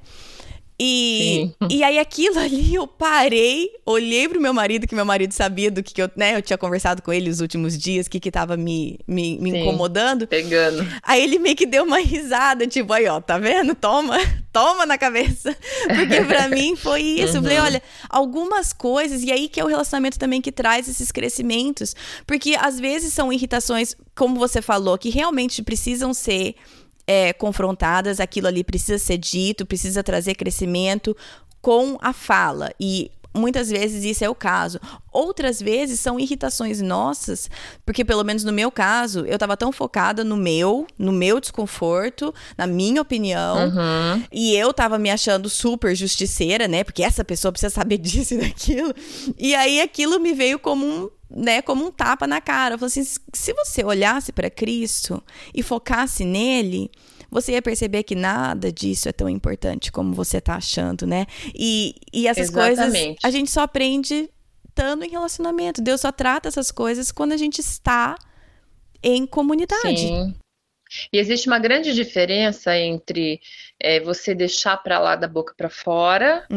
[SPEAKER 1] E aí aquilo ali eu parei, olhei pro meu marido, que meu marido sabia do que eu, né, eu tinha conversado com ele os últimos dias, que tava me incomodando.
[SPEAKER 2] Pegando.
[SPEAKER 1] Aí ele meio que deu uma risada, tipo, aí ó, tá vendo? Toma na cabeça. Porque pra mim foi isso. Eu falei, olha, algumas coisas, e aí que é o relacionamento também que traz esses crescimentos. Porque às vezes são irritações, como você falou, que realmente precisam ser confrontadas, aquilo ali precisa ser dito, precisa trazer crescimento com a fala. E muitas vezes isso é o caso. Outras vezes são irritações nossas, porque pelo menos no meu caso, eu tava tão focada no meu desconforto, na minha opinião, e eu tava me achando super justiceira, né? Porque essa pessoa precisa saber disso e daquilo. E aí aquilo me veio como um tapa na cara. Eu falei assim, se você olhasse para Cristo e focasse nele, você ia perceber que nada disso é tão importante como você tá achando, né? E essas coisas a gente só aprende estando em relacionamento. Deus só trata essas coisas quando a gente está em comunidade.
[SPEAKER 2] Sim. E existe uma grande diferença entre você deixar para lá da boca para fora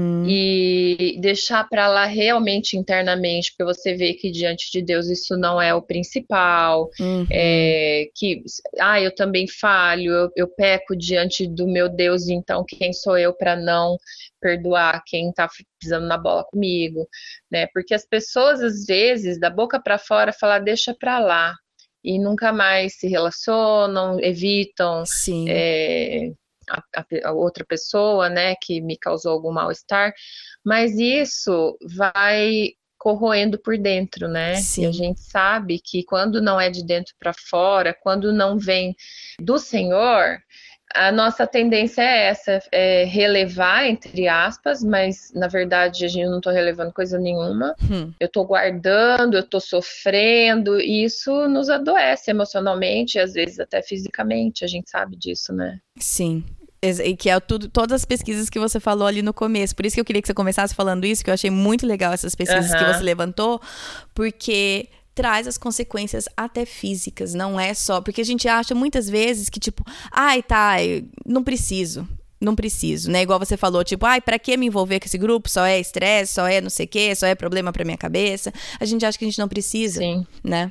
[SPEAKER 2] e deixar para lá realmente internamente, porque você vê que diante de Deus isso não é o principal, que eu também falho, eu peco diante do meu Deus, então quem sou eu para não perdoar quem tá pisando na bola comigo, né? Porque as pessoas às vezes da boca para fora falam deixa para lá. E nunca mais se relacionam, evitam a outra pessoa, né, que me causou algum mal-estar. Mas isso vai corroendo por dentro, né?
[SPEAKER 1] Sim.
[SPEAKER 2] E a gente sabe que quando não é de dentro para fora, quando não vem do Senhor, a nossa tendência é essa, relevar, entre aspas, mas na verdade a gente não está relevando coisa nenhuma. Eu estou guardando, eu estou sofrendo, e isso nos adoece emocionalmente, e às vezes até fisicamente, a gente sabe disso, né?
[SPEAKER 1] Sim. E que é todas as pesquisas que você falou ali no começo. Por isso que eu queria que você começasse falando isso, que eu achei muito legal essas pesquisas que você levantou, porque traz as consequências até físicas, não é só... Porque a gente acha muitas vezes que, tipo, não preciso, né? Igual você falou, tipo, pra que me envolver com esse grupo? Só é estresse, só é não sei o quê, só é problema pra minha cabeça. A gente acha que a gente não precisa, né?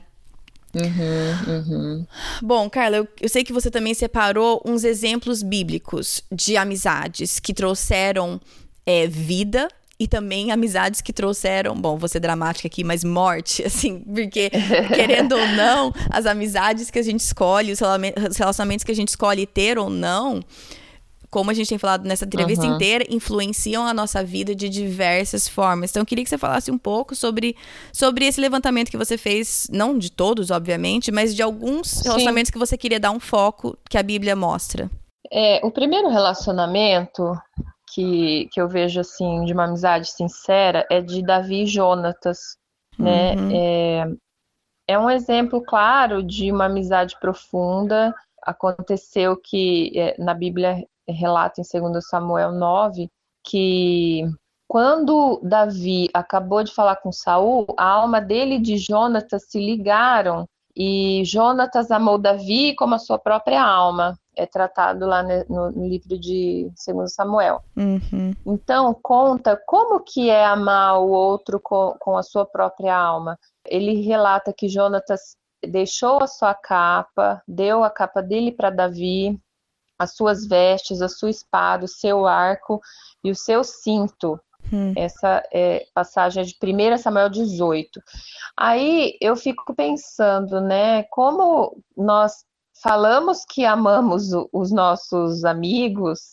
[SPEAKER 1] Bom, Carla, eu sei que você também separou uns exemplos bíblicos de amizades que trouxeram vida, e também amizades que trouxeram, bom, vou ser dramática aqui, mas morte, assim, porque, querendo ou não, as amizades que a gente escolhe, os relacionamentos que a gente escolhe ter ou não, como a gente tem falado nessa entrevista inteira, influenciam a nossa vida de diversas formas. Então, eu queria que você falasse um pouco sobre esse levantamento que você fez, não de todos, obviamente, mas de alguns relacionamentos que você queria dar um foco que a Bíblia mostra.
[SPEAKER 2] O primeiro relacionamento que eu vejo, assim, de uma amizade sincera é de Davi e Jonatas, né? É um exemplo claro de uma amizade profunda. Aconteceu que na Bíblia relata em 2 Samuel 9 que quando Davi acabou de falar com Saul, a alma dele e de Jonatas se ligaram e Jonatas amou Davi como a sua própria alma. É tratado lá no livro de 2 Samuel. Então, conta como que é amar o outro com a sua própria alma. Ele relata que Jonatas deixou a sua capa, deu a capa dele para Davi, as suas vestes, a sua espada, o seu arco e o seu cinto. Essa passagem é de 1 Samuel 18. Aí eu fico pensando, né, como nós falamos que amamos os nossos amigos,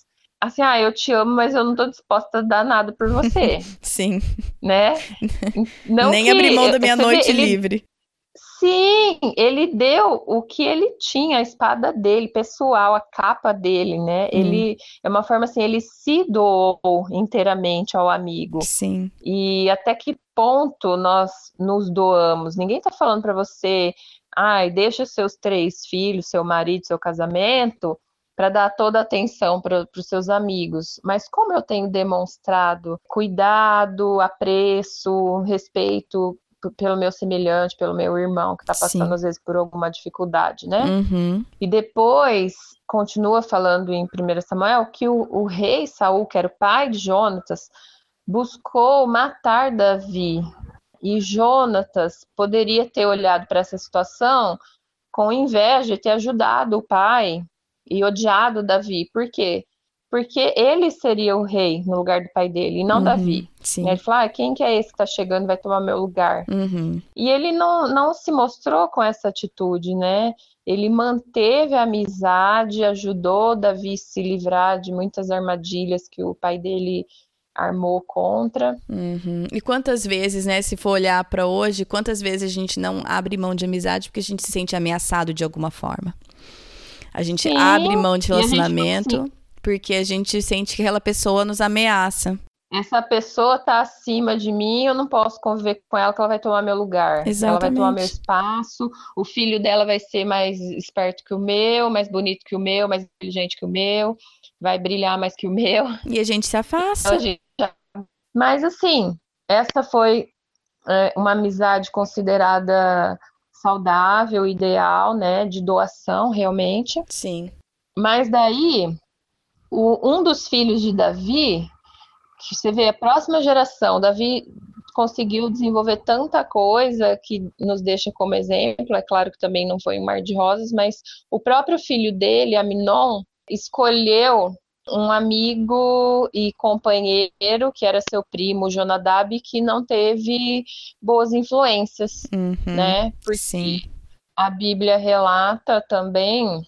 [SPEAKER 2] assim, eu te amo, mas eu não tô disposta a dar nada por você,
[SPEAKER 1] Sim.
[SPEAKER 2] né? Não
[SPEAKER 1] Nem
[SPEAKER 2] que,
[SPEAKER 1] abrir mão da minha
[SPEAKER 2] você vê,
[SPEAKER 1] noite livre.
[SPEAKER 2] sim, ele deu o que ele tinha, a espada dele, pessoal, a capa dele, né? Ele, é uma forma assim, ele se doou inteiramente ao amigo.
[SPEAKER 1] Sim.
[SPEAKER 2] E até que ponto nós nos doamos? Ninguém tá falando para você, deixa seus 3 filhos, seu marido, seu casamento, para dar toda a atenção para os seus amigos. Mas como eu tenho demonstrado cuidado, apreço, respeito pelo meu semelhante, pelo meu irmão que está passando
[SPEAKER 1] Sim.
[SPEAKER 2] às vezes por alguma dificuldade, né?
[SPEAKER 1] Uhum.
[SPEAKER 2] E depois continua falando em 1 Samuel que o rei Saul, que era o pai de Jonatas, buscou matar Davi. E Jonatas poderia ter olhado para essa situação com inveja e ter ajudado o pai e odiado Davi. Por quê? Porque ele seria o rei no lugar do pai dele, e não Davi.
[SPEAKER 1] Sim.
[SPEAKER 2] Ele falou, quem que é esse que está chegando e vai tomar meu lugar?
[SPEAKER 1] Uhum.
[SPEAKER 2] E ele não se mostrou com essa atitude, né? Ele manteve a amizade, ajudou Davi a se livrar de muitas armadilhas que o pai dele armou contra.
[SPEAKER 1] Uhum. E quantas vezes, né, se for olhar para hoje, quantas vezes a gente não abre mão de amizade porque a gente se sente ameaçado de alguma forma? A gente abre mão de relacionamento porque a gente sente que aquela pessoa nos ameaça.
[SPEAKER 2] Essa pessoa tá acima de mim, eu não posso conviver com ela, que ela vai tomar meu lugar.
[SPEAKER 1] Exatamente.
[SPEAKER 2] Ela vai tomar meu espaço, o filho dela vai ser mais esperto que o meu, mais bonito que o meu, mais inteligente que o meu, vai brilhar mais que o meu.
[SPEAKER 1] E a gente se afasta.
[SPEAKER 2] Mas assim, essa foi uma amizade considerada saudável, ideal, né, de doação realmente.
[SPEAKER 1] Sim.
[SPEAKER 2] Mas daí, um dos filhos de Davi, que você vê a próxima geração, Davi conseguiu desenvolver tanta coisa que nos deixa como exemplo. É claro que também não foi um mar de rosas, mas o próprio filho dele, Amnon, escolheu um amigo e companheiro, que era seu primo, Jonadab, que não teve boas influências, né? Porque a Bíblia relata também,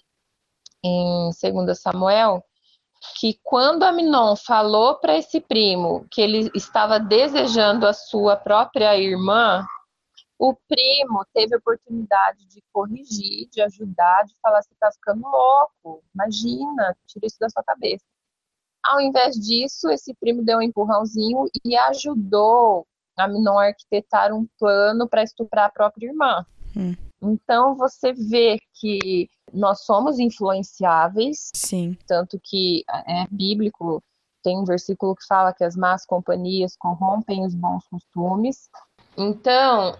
[SPEAKER 2] em 2 Samuel, que quando Amnon falou para esse primo que ele estava desejando a sua própria irmã, o primo teve a oportunidade de corrigir, de ajudar, de falar: você está ficando louco, imagina, tira isso da sua cabeça. Ao invés disso, esse primo deu um empurrãozinho e ajudou Amnon a arquitetar um plano para estuprar a própria irmã. Então você vê que nós somos influenciáveis.
[SPEAKER 1] Sim.
[SPEAKER 2] Tanto que é bíblico, tem um versículo que fala que as más companhias corrompem os bons costumes. Então,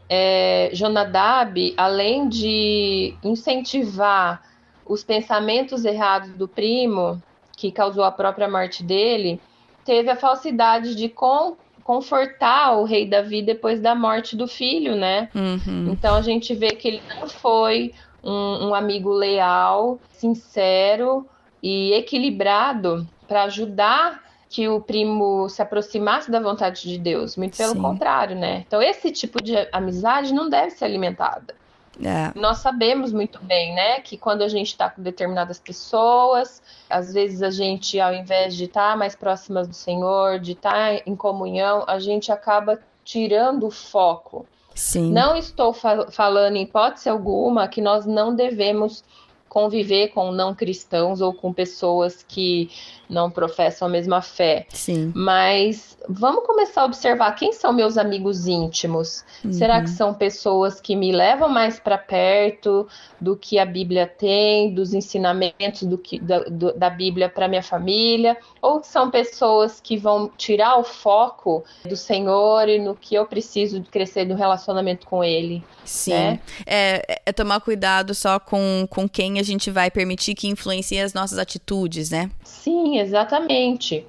[SPEAKER 2] Jonadab, além de incentivar os pensamentos errados do primo, que causou a própria morte dele, teve a falsidade de confortar o rei Davi depois da morte do filho, né? Então a gente vê que ele não foi um amigo leal, sincero e equilibrado para ajudar que o primo se aproximasse da vontade de Deus. Muito pelo contrário, né? Então esse tipo de amizade não deve ser alimentada. Nós sabemos muito bem, né, que quando a gente está com determinadas pessoas, às vezes a gente, ao invés de estar mais próximas do Senhor, de estar em comunhão, a gente acaba tirando o foco.
[SPEAKER 1] Sim.
[SPEAKER 2] Não estou falando em hipótese alguma que nós não devemos conviver com não cristãos ou com pessoas que não professam a mesma fé.
[SPEAKER 1] Sim.
[SPEAKER 2] Mas vamos começar a observar quem são meus amigos íntimos. Será que são pessoas que me levam mais para perto do que a Bíblia tem, dos ensinamentos da Bíblia para minha família? Ou são pessoas que vão tirar o foco do Senhor e no que eu preciso de crescer no relacionamento com Ele?
[SPEAKER 1] Sim.
[SPEAKER 2] Né?
[SPEAKER 1] É tomar cuidado só com quem a gente vai permitir que influencie as nossas atitudes, né?
[SPEAKER 2] Sim, exatamente.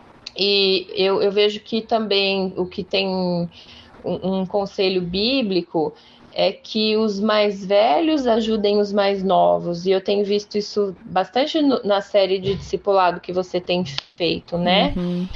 [SPEAKER 2] E eu vejo que também o que tem um conselho bíblico é que os mais velhos ajudem os mais novos. E eu tenho visto isso bastante na série de discipulado que você tem feito, né?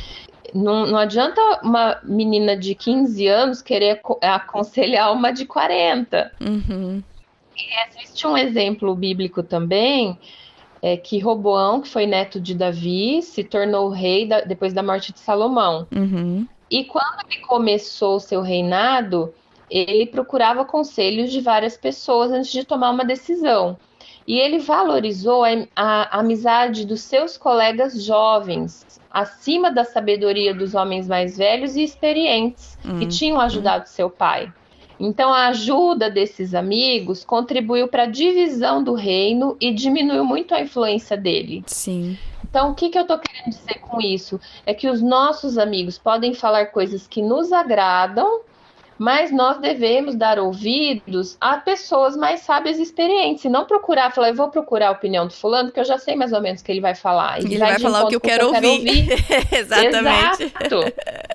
[SPEAKER 2] Não adianta uma menina de 15 anos querer aconselhar uma de 40. E existe um exemplo bíblico também, que Roboão, que foi neto de Davi, se tornou rei depois da morte de Salomão.
[SPEAKER 1] Uhum.
[SPEAKER 2] E quando ele começou o seu reinado, ele procurava conselhos de várias pessoas antes de tomar uma decisão. E ele valorizou a amizade dos seus colegas jovens, acima da sabedoria dos homens mais velhos e experientes, que tinham ajudado seu pai. Então, a ajuda desses amigos contribuiu para a divisão do reino e diminuiu muito a influência dele.
[SPEAKER 1] Sim.
[SPEAKER 2] Então, o que eu estou querendo dizer com isso? É que os nossos amigos podem falar coisas que nos agradam, mas nós devemos dar ouvidos a pessoas mais sábias e experientes, e não falar, eu vou procurar a opinião do fulano, porque eu já sei mais ou menos o que ele vai falar.
[SPEAKER 1] Ele vai falar o que eu quero ouvir. Exatamente.
[SPEAKER 2] Exato.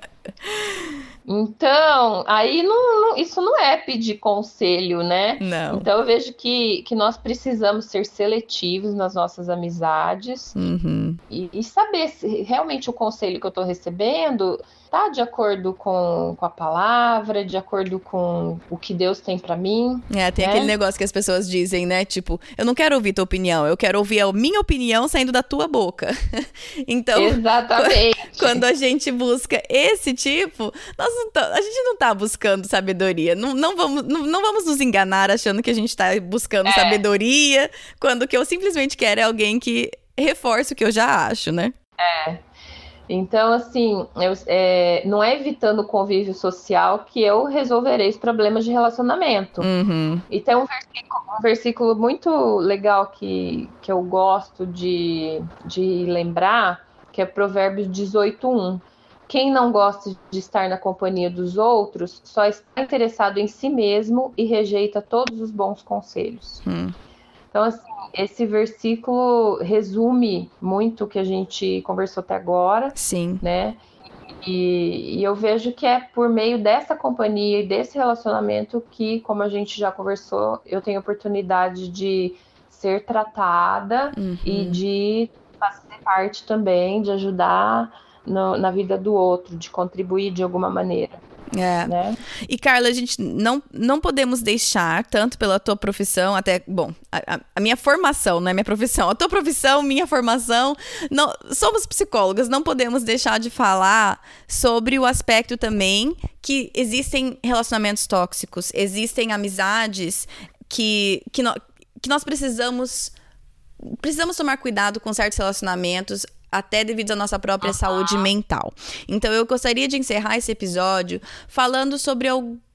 [SPEAKER 2] Então, aí isso não é pedir conselho, né?
[SPEAKER 1] Não.
[SPEAKER 2] Então, eu vejo que nós precisamos ser seletivos nas nossas amizades e saber se realmente o conselho que eu estou recebendo está de acordo com a palavra, de acordo com o que Deus tem para mim.
[SPEAKER 1] Tem aquele negócio que as pessoas dizem, né? Tipo, eu não quero ouvir tua opinião, eu quero ouvir a minha opinião saindo da tua boca. Então,
[SPEAKER 2] exatamente.
[SPEAKER 1] Quando a gente busca esse tipo, a gente não tá buscando sabedoria. Não vamos nos enganar achando que a gente tá buscando sabedoria, quando o que eu simplesmente quero é alguém que reforce o que eu já acho, né?
[SPEAKER 2] Então, assim, não é evitando o convívio social que eu resolverei os problemas de relacionamento. E tem um versículo muito legal que eu gosto de lembrar, que é Provérbios 18:1. Quem não gosta de estar na companhia dos outros só está interessado em si mesmo e rejeita todos os bons conselhos. Então, assim, esse versículo resume muito o que a gente conversou até agora.
[SPEAKER 1] Sim.
[SPEAKER 2] Né? E eu vejo que é por meio dessa companhia e desse relacionamento que, como a gente já conversou, eu tenho oportunidade de ser tratada e de fazer parte também, de ajudar na vida do outro, de contribuir de alguma maneira. Né?
[SPEAKER 1] E Carla, a gente não podemos deixar, tanto pela tua profissão, até, bom, a minha formação, não é minha profissão, a tua profissão, minha formação, somos psicólogas, não podemos deixar de falar sobre o aspecto também que existem relacionamentos tóxicos, existem amizades que nós precisamos tomar cuidado com certos relacionamentos, até devido à nossa própria saúde mental. Então, eu gostaria de encerrar esse episódio falando sobre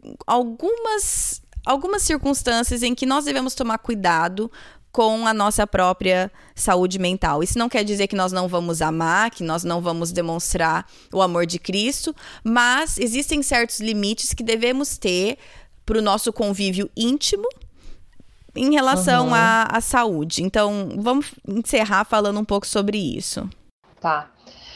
[SPEAKER 1] algumas circunstâncias em que nós devemos tomar cuidado com a nossa própria saúde mental. Isso não quer dizer que nós não vamos amar, que nós não vamos demonstrar o amor de Cristo, mas existem certos limites que devemos ter para o nosso convívio íntimo em relação à saúde. Então, vamos encerrar falando um pouco sobre isso.
[SPEAKER 2] Tá.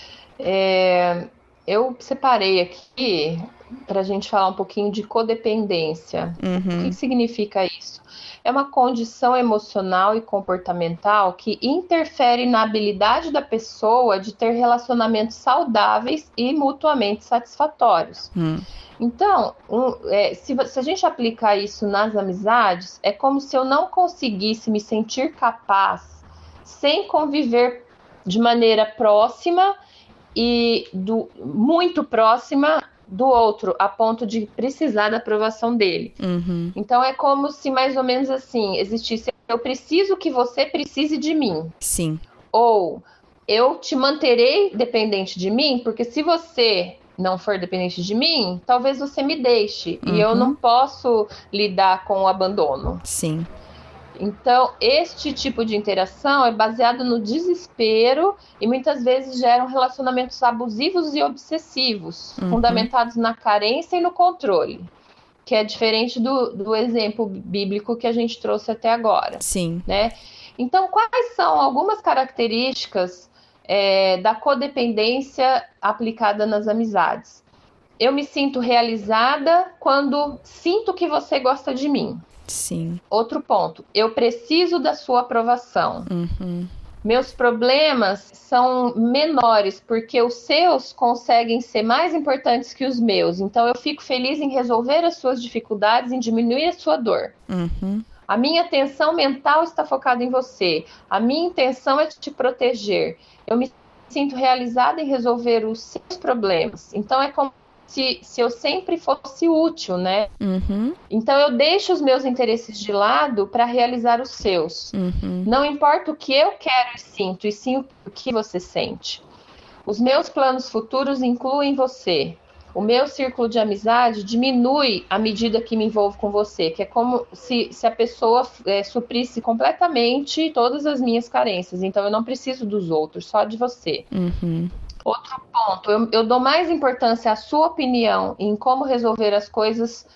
[SPEAKER 2] Eu separei aqui para a gente falar um pouquinho de codependência. O que significa isso? É uma condição emocional e comportamental que interfere na habilidade da pessoa de ter relacionamentos saudáveis e mutuamente satisfatórios. Então, se a gente aplicar isso nas amizades, é como se eu não conseguisse me sentir capaz sem conviver de maneira próxima e muito próxima do outro, a ponto de precisar da aprovação dele. Então é como se mais ou menos assim existisse: eu preciso que você precise de mim.
[SPEAKER 1] Sim.
[SPEAKER 2] Ou eu te manterei dependente de mim, porque se você não for dependente de mim, talvez você me deixe. E eu não posso lidar com o abandono.
[SPEAKER 1] Sim.
[SPEAKER 2] Então, este tipo de interação é baseado no desespero e muitas vezes geram relacionamentos abusivos e obsessivos, fundamentados na carência e no controle, que é diferente do exemplo bíblico que a gente trouxe até agora.
[SPEAKER 1] Sim.
[SPEAKER 2] Né? Então, quais são algumas características da codependência aplicada nas amizades? Eu me sinto realizada quando sinto que você gosta de mim.
[SPEAKER 1] Sim.
[SPEAKER 2] Outro ponto, eu preciso da sua aprovação. Meus problemas são menores porque os seus conseguem ser mais importantes que os meus. Então eu fico feliz em resolver as suas dificuldades, em diminuir a sua dor. A minha atenção mental está focada em você. A minha intenção é te proteger. Eu me sinto realizada em resolver os seus problemas. Então é como se eu sempre fosse útil, né?
[SPEAKER 1] Uhum.
[SPEAKER 2] Então eu deixo os meus interesses de lado para realizar os seus.
[SPEAKER 1] Uhum.
[SPEAKER 2] Não importa o que eu quero e sinto, e sim o que você sente. Os meus planos futuros incluem você. O meu círculo de amizade diminui à medida que me envolvo com você, que é como se a pessoa suprisse completamente todas as minhas carências. Então eu não preciso dos outros, só de você.
[SPEAKER 1] Uhum.
[SPEAKER 2] Outro ponto, eu dou mais importância à sua opinião em como resolver as coisas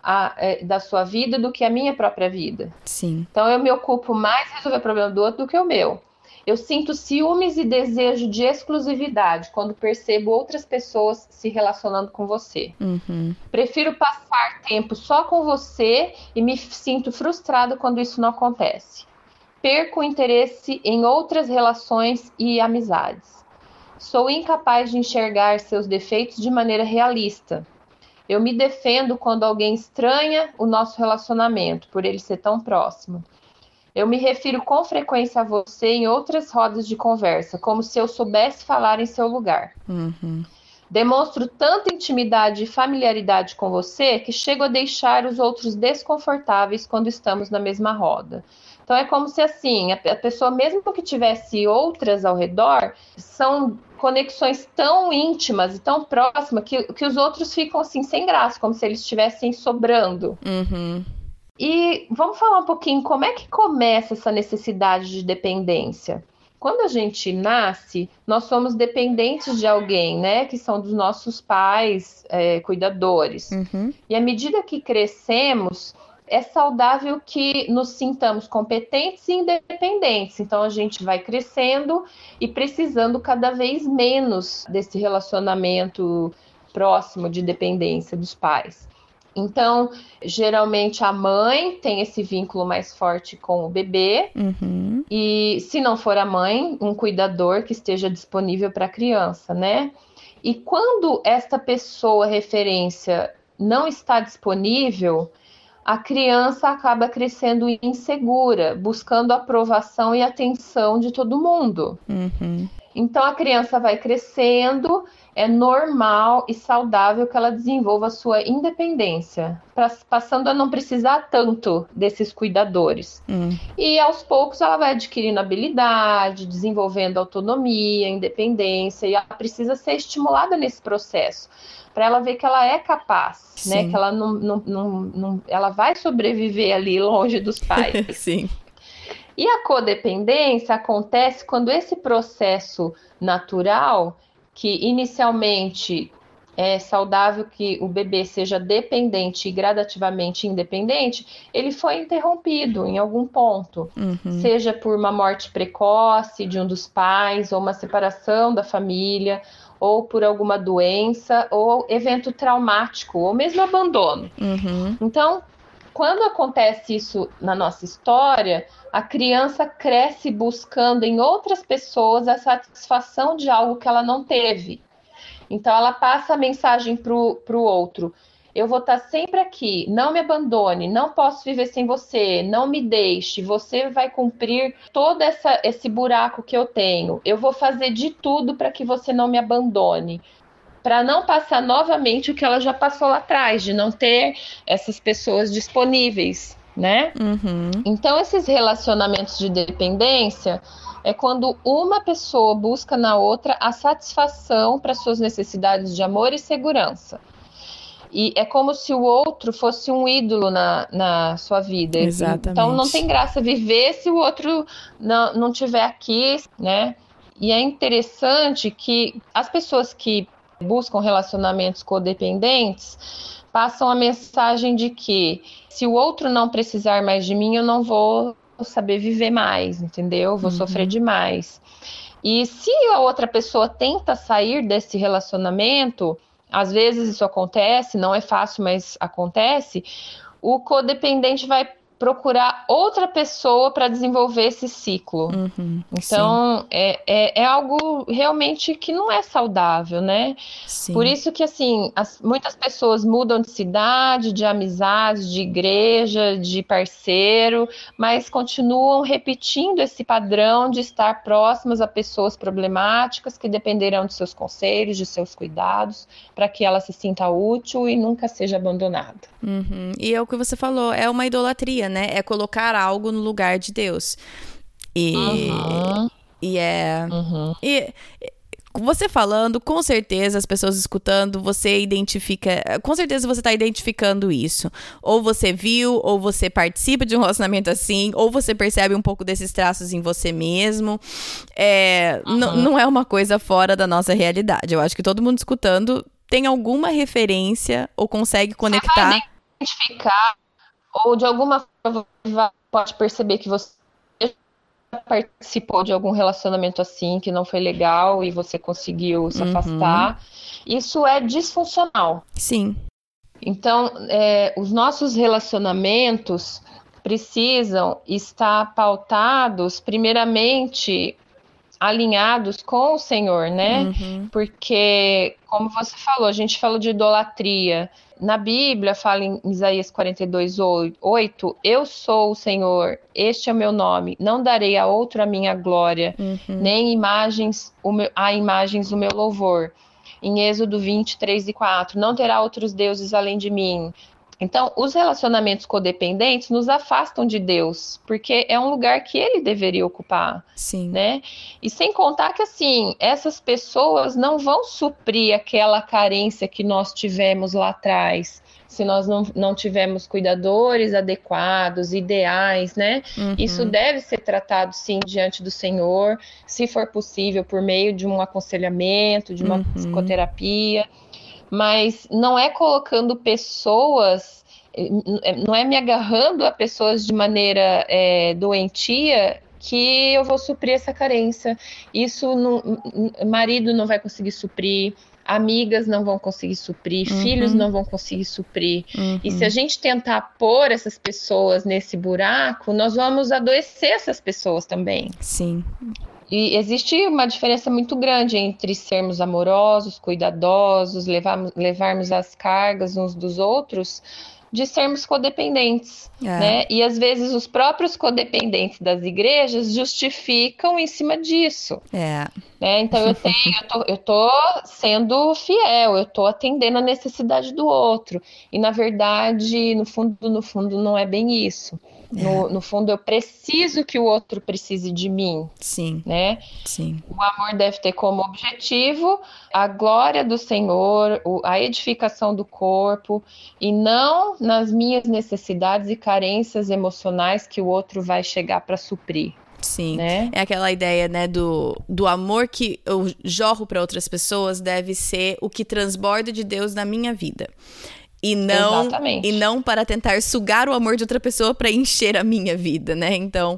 [SPEAKER 2] da sua vida do que a minha própria vida.
[SPEAKER 1] Sim.
[SPEAKER 2] Então eu me ocupo mais em resolver o problema do outro do que o meu. Eu sinto ciúmes e desejo de exclusividade quando percebo outras pessoas se relacionando com você.
[SPEAKER 1] Uhum.
[SPEAKER 2] Prefiro passar tempo só com você e me sinto frustrado quando isso não acontece. Perco o interesse em outras relações e amizades. Sou incapaz de enxergar seus defeitos de maneira realista. Eu me defendo quando alguém estranha o nosso relacionamento, por ele ser tão próximo. Eu me refiro com frequência a você em outras rodas de conversa, como se eu soubesse falar em seu lugar.
[SPEAKER 1] Uhum.
[SPEAKER 2] Demonstro tanta intimidade e familiaridade com você que chego a deixar os outros desconfortáveis quando estamos na mesma roda. Então é como se assim, a pessoa, mesmo que tivesse outras ao redor, são conexões tão íntimas e tão próximas que os outros ficam assim sem graça, como se eles estivessem sobrando.
[SPEAKER 1] Uhum.
[SPEAKER 2] E vamos falar um pouquinho como é que começa essa necessidade de dependência. Quando a gente nasce, nós somos dependentes de alguém, né? Que são dos nossos pais, cuidadores.
[SPEAKER 1] Uhum.
[SPEAKER 2] E à medida que crescemos, é saudável que nos sintamos competentes e independentes. Então a gente vai crescendo e precisando cada vez menos desse relacionamento próximo de dependência dos pais. Então, geralmente a mãe tem esse vínculo mais forte com o bebê.
[SPEAKER 1] Uhum.
[SPEAKER 2] E se não for a mãe, um cuidador que esteja disponível para a criança, né? E quando esta pessoa referência não está disponível, a criança acaba crescendo insegura, buscando aprovação e atenção de todo mundo.
[SPEAKER 1] Uhum.
[SPEAKER 2] Então a criança vai crescendo, é normal e saudável que ela desenvolva a sua independência, passando a não precisar tanto desses cuidadores. E aos poucos ela vai adquirindo habilidade, desenvolvendo autonomia, independência, e ela precisa ser estimulada nesse processo, para ela ver que ela é capaz, né? Que ela ela vai sobreviver ali longe dos pais.
[SPEAKER 1] Sim.
[SPEAKER 2] E a codependência acontece quando esse processo natural, que inicialmente é saudável que o bebê seja dependente e gradativamente independente, ele foi interrompido em algum ponto, seja por uma morte precoce de um dos pais, ou uma separação da família, ou por alguma doença, ou evento traumático, ou mesmo abandono. Então, quando acontece isso na nossa história, a criança cresce buscando em outras pessoas a satisfação de algo que ela não teve. Então, ela passa a mensagem para o outro: eu vou estar sempre aqui, não me abandone, não posso viver sem você, não me deixe, você vai cumprir todo esse buraco que eu tenho, eu vou fazer de tudo para que você não me abandone, para não passar novamente o que ela já passou lá atrás, de não ter essas pessoas disponíveis, né? Então, esses relacionamentos de dependência é quando uma pessoa busca na outra a satisfação para suas necessidades de amor e segurança. E é como se o outro fosse um ídolo na sua vida.
[SPEAKER 1] Exatamente.
[SPEAKER 2] Então não tem graça viver se o outro não estiver aqui, né? E é interessante que as pessoas que buscam relacionamentos codependentes passam a mensagem de que se o outro não precisar mais de mim, eu não vou saber viver mais, entendeu? Vou sofrer demais. E se a outra pessoa tenta sair desse relacionamento, às vezes isso acontece, não é fácil, mas acontece, o codependente vai procurar outra pessoa para desenvolver esse ciclo. Então, é algo realmente que não é saudável, né?
[SPEAKER 1] Sim.
[SPEAKER 2] Por isso que, assim, muitas pessoas mudam de cidade, de amizade, de igreja, de parceiro, mas continuam repetindo esse padrão de estar próximas a pessoas problemáticas que dependerão de seus conselhos, de seus cuidados, para que ela se sinta útil e nunca seja abandonada.
[SPEAKER 1] E é o que você falou, é uma idolatria, né? É colocar algo no lugar de Deus. Você falando, com certeza as pessoas escutando, você identifica, com certeza você está identificando isso. Ou você viu, ou você participa de um relacionamento assim, ou você percebe um pouco desses traços em você mesmo. Não é uma coisa fora da nossa realidade. Eu acho que todo mundo escutando tem alguma referência ou consegue conectar.
[SPEAKER 2] Identificar, ou de alguma forma pode perceber que você participou de algum relacionamento assim, que não foi legal e você conseguiu se afastar. Isso é disfuncional.
[SPEAKER 1] Sim.
[SPEAKER 2] Então, os nossos relacionamentos precisam estar pautados, primeiramente, alinhados com o Senhor, né? Porque, como você falou, a gente falou de idolatria. Na Bíblia, fala em Isaías 42:8, eu sou o Senhor, este é o meu nome, não darei a outro a minha glória, nem imagens o meu louvor. Em Êxodo 20:3-4, não terá outros deuses além de mim. Então, os relacionamentos codependentes nos afastam de Deus, porque é um lugar que ele deveria ocupar.
[SPEAKER 1] Sim.
[SPEAKER 2] Né? E sem contar que, assim, essas pessoas não vão suprir aquela carência que nós tivemos lá atrás, se nós não tivermos cuidadores adequados, ideais, né? Isso deve ser tratado, sim, diante do Senhor, se for possível, por meio de um aconselhamento, de uma psicoterapia. Mas não é colocando pessoas, não é me agarrando a pessoas de maneira doentia que eu vou suprir essa carência. Isso marido não vai conseguir suprir, amigas não vão conseguir suprir, filhos não vão conseguir suprir. E se a gente tentar pôr essas pessoas nesse buraco, nós vamos adoecer essas pessoas também.
[SPEAKER 1] Sim.
[SPEAKER 2] E existe uma diferença muito grande entre sermos amorosos, cuidadosos, levarmos as cargas uns dos outros, de sermos codependentes, né? E às vezes os próprios codependentes das igrejas justificam em cima disso. Né? Então eu tô sendo fiel, eu tô atendendo a necessidade do outro. E na verdade, no fundo, não é bem isso. No fundo, eu preciso que o outro precise de mim.
[SPEAKER 1] Sim.
[SPEAKER 2] Né?
[SPEAKER 1] Sim.
[SPEAKER 2] O amor deve ter como objetivo a glória do Senhor, a edificação do corpo, e não nas minhas necessidades e carências emocionais que o outro vai chegar para suprir.
[SPEAKER 1] Sim,
[SPEAKER 2] né?
[SPEAKER 1] É aquela ideia, né, do amor que eu jorro para outras pessoas deve ser o que transborda de Deus na minha vida. E não para tentar sugar o amor de outra pessoa para encher a minha vida, né? Então,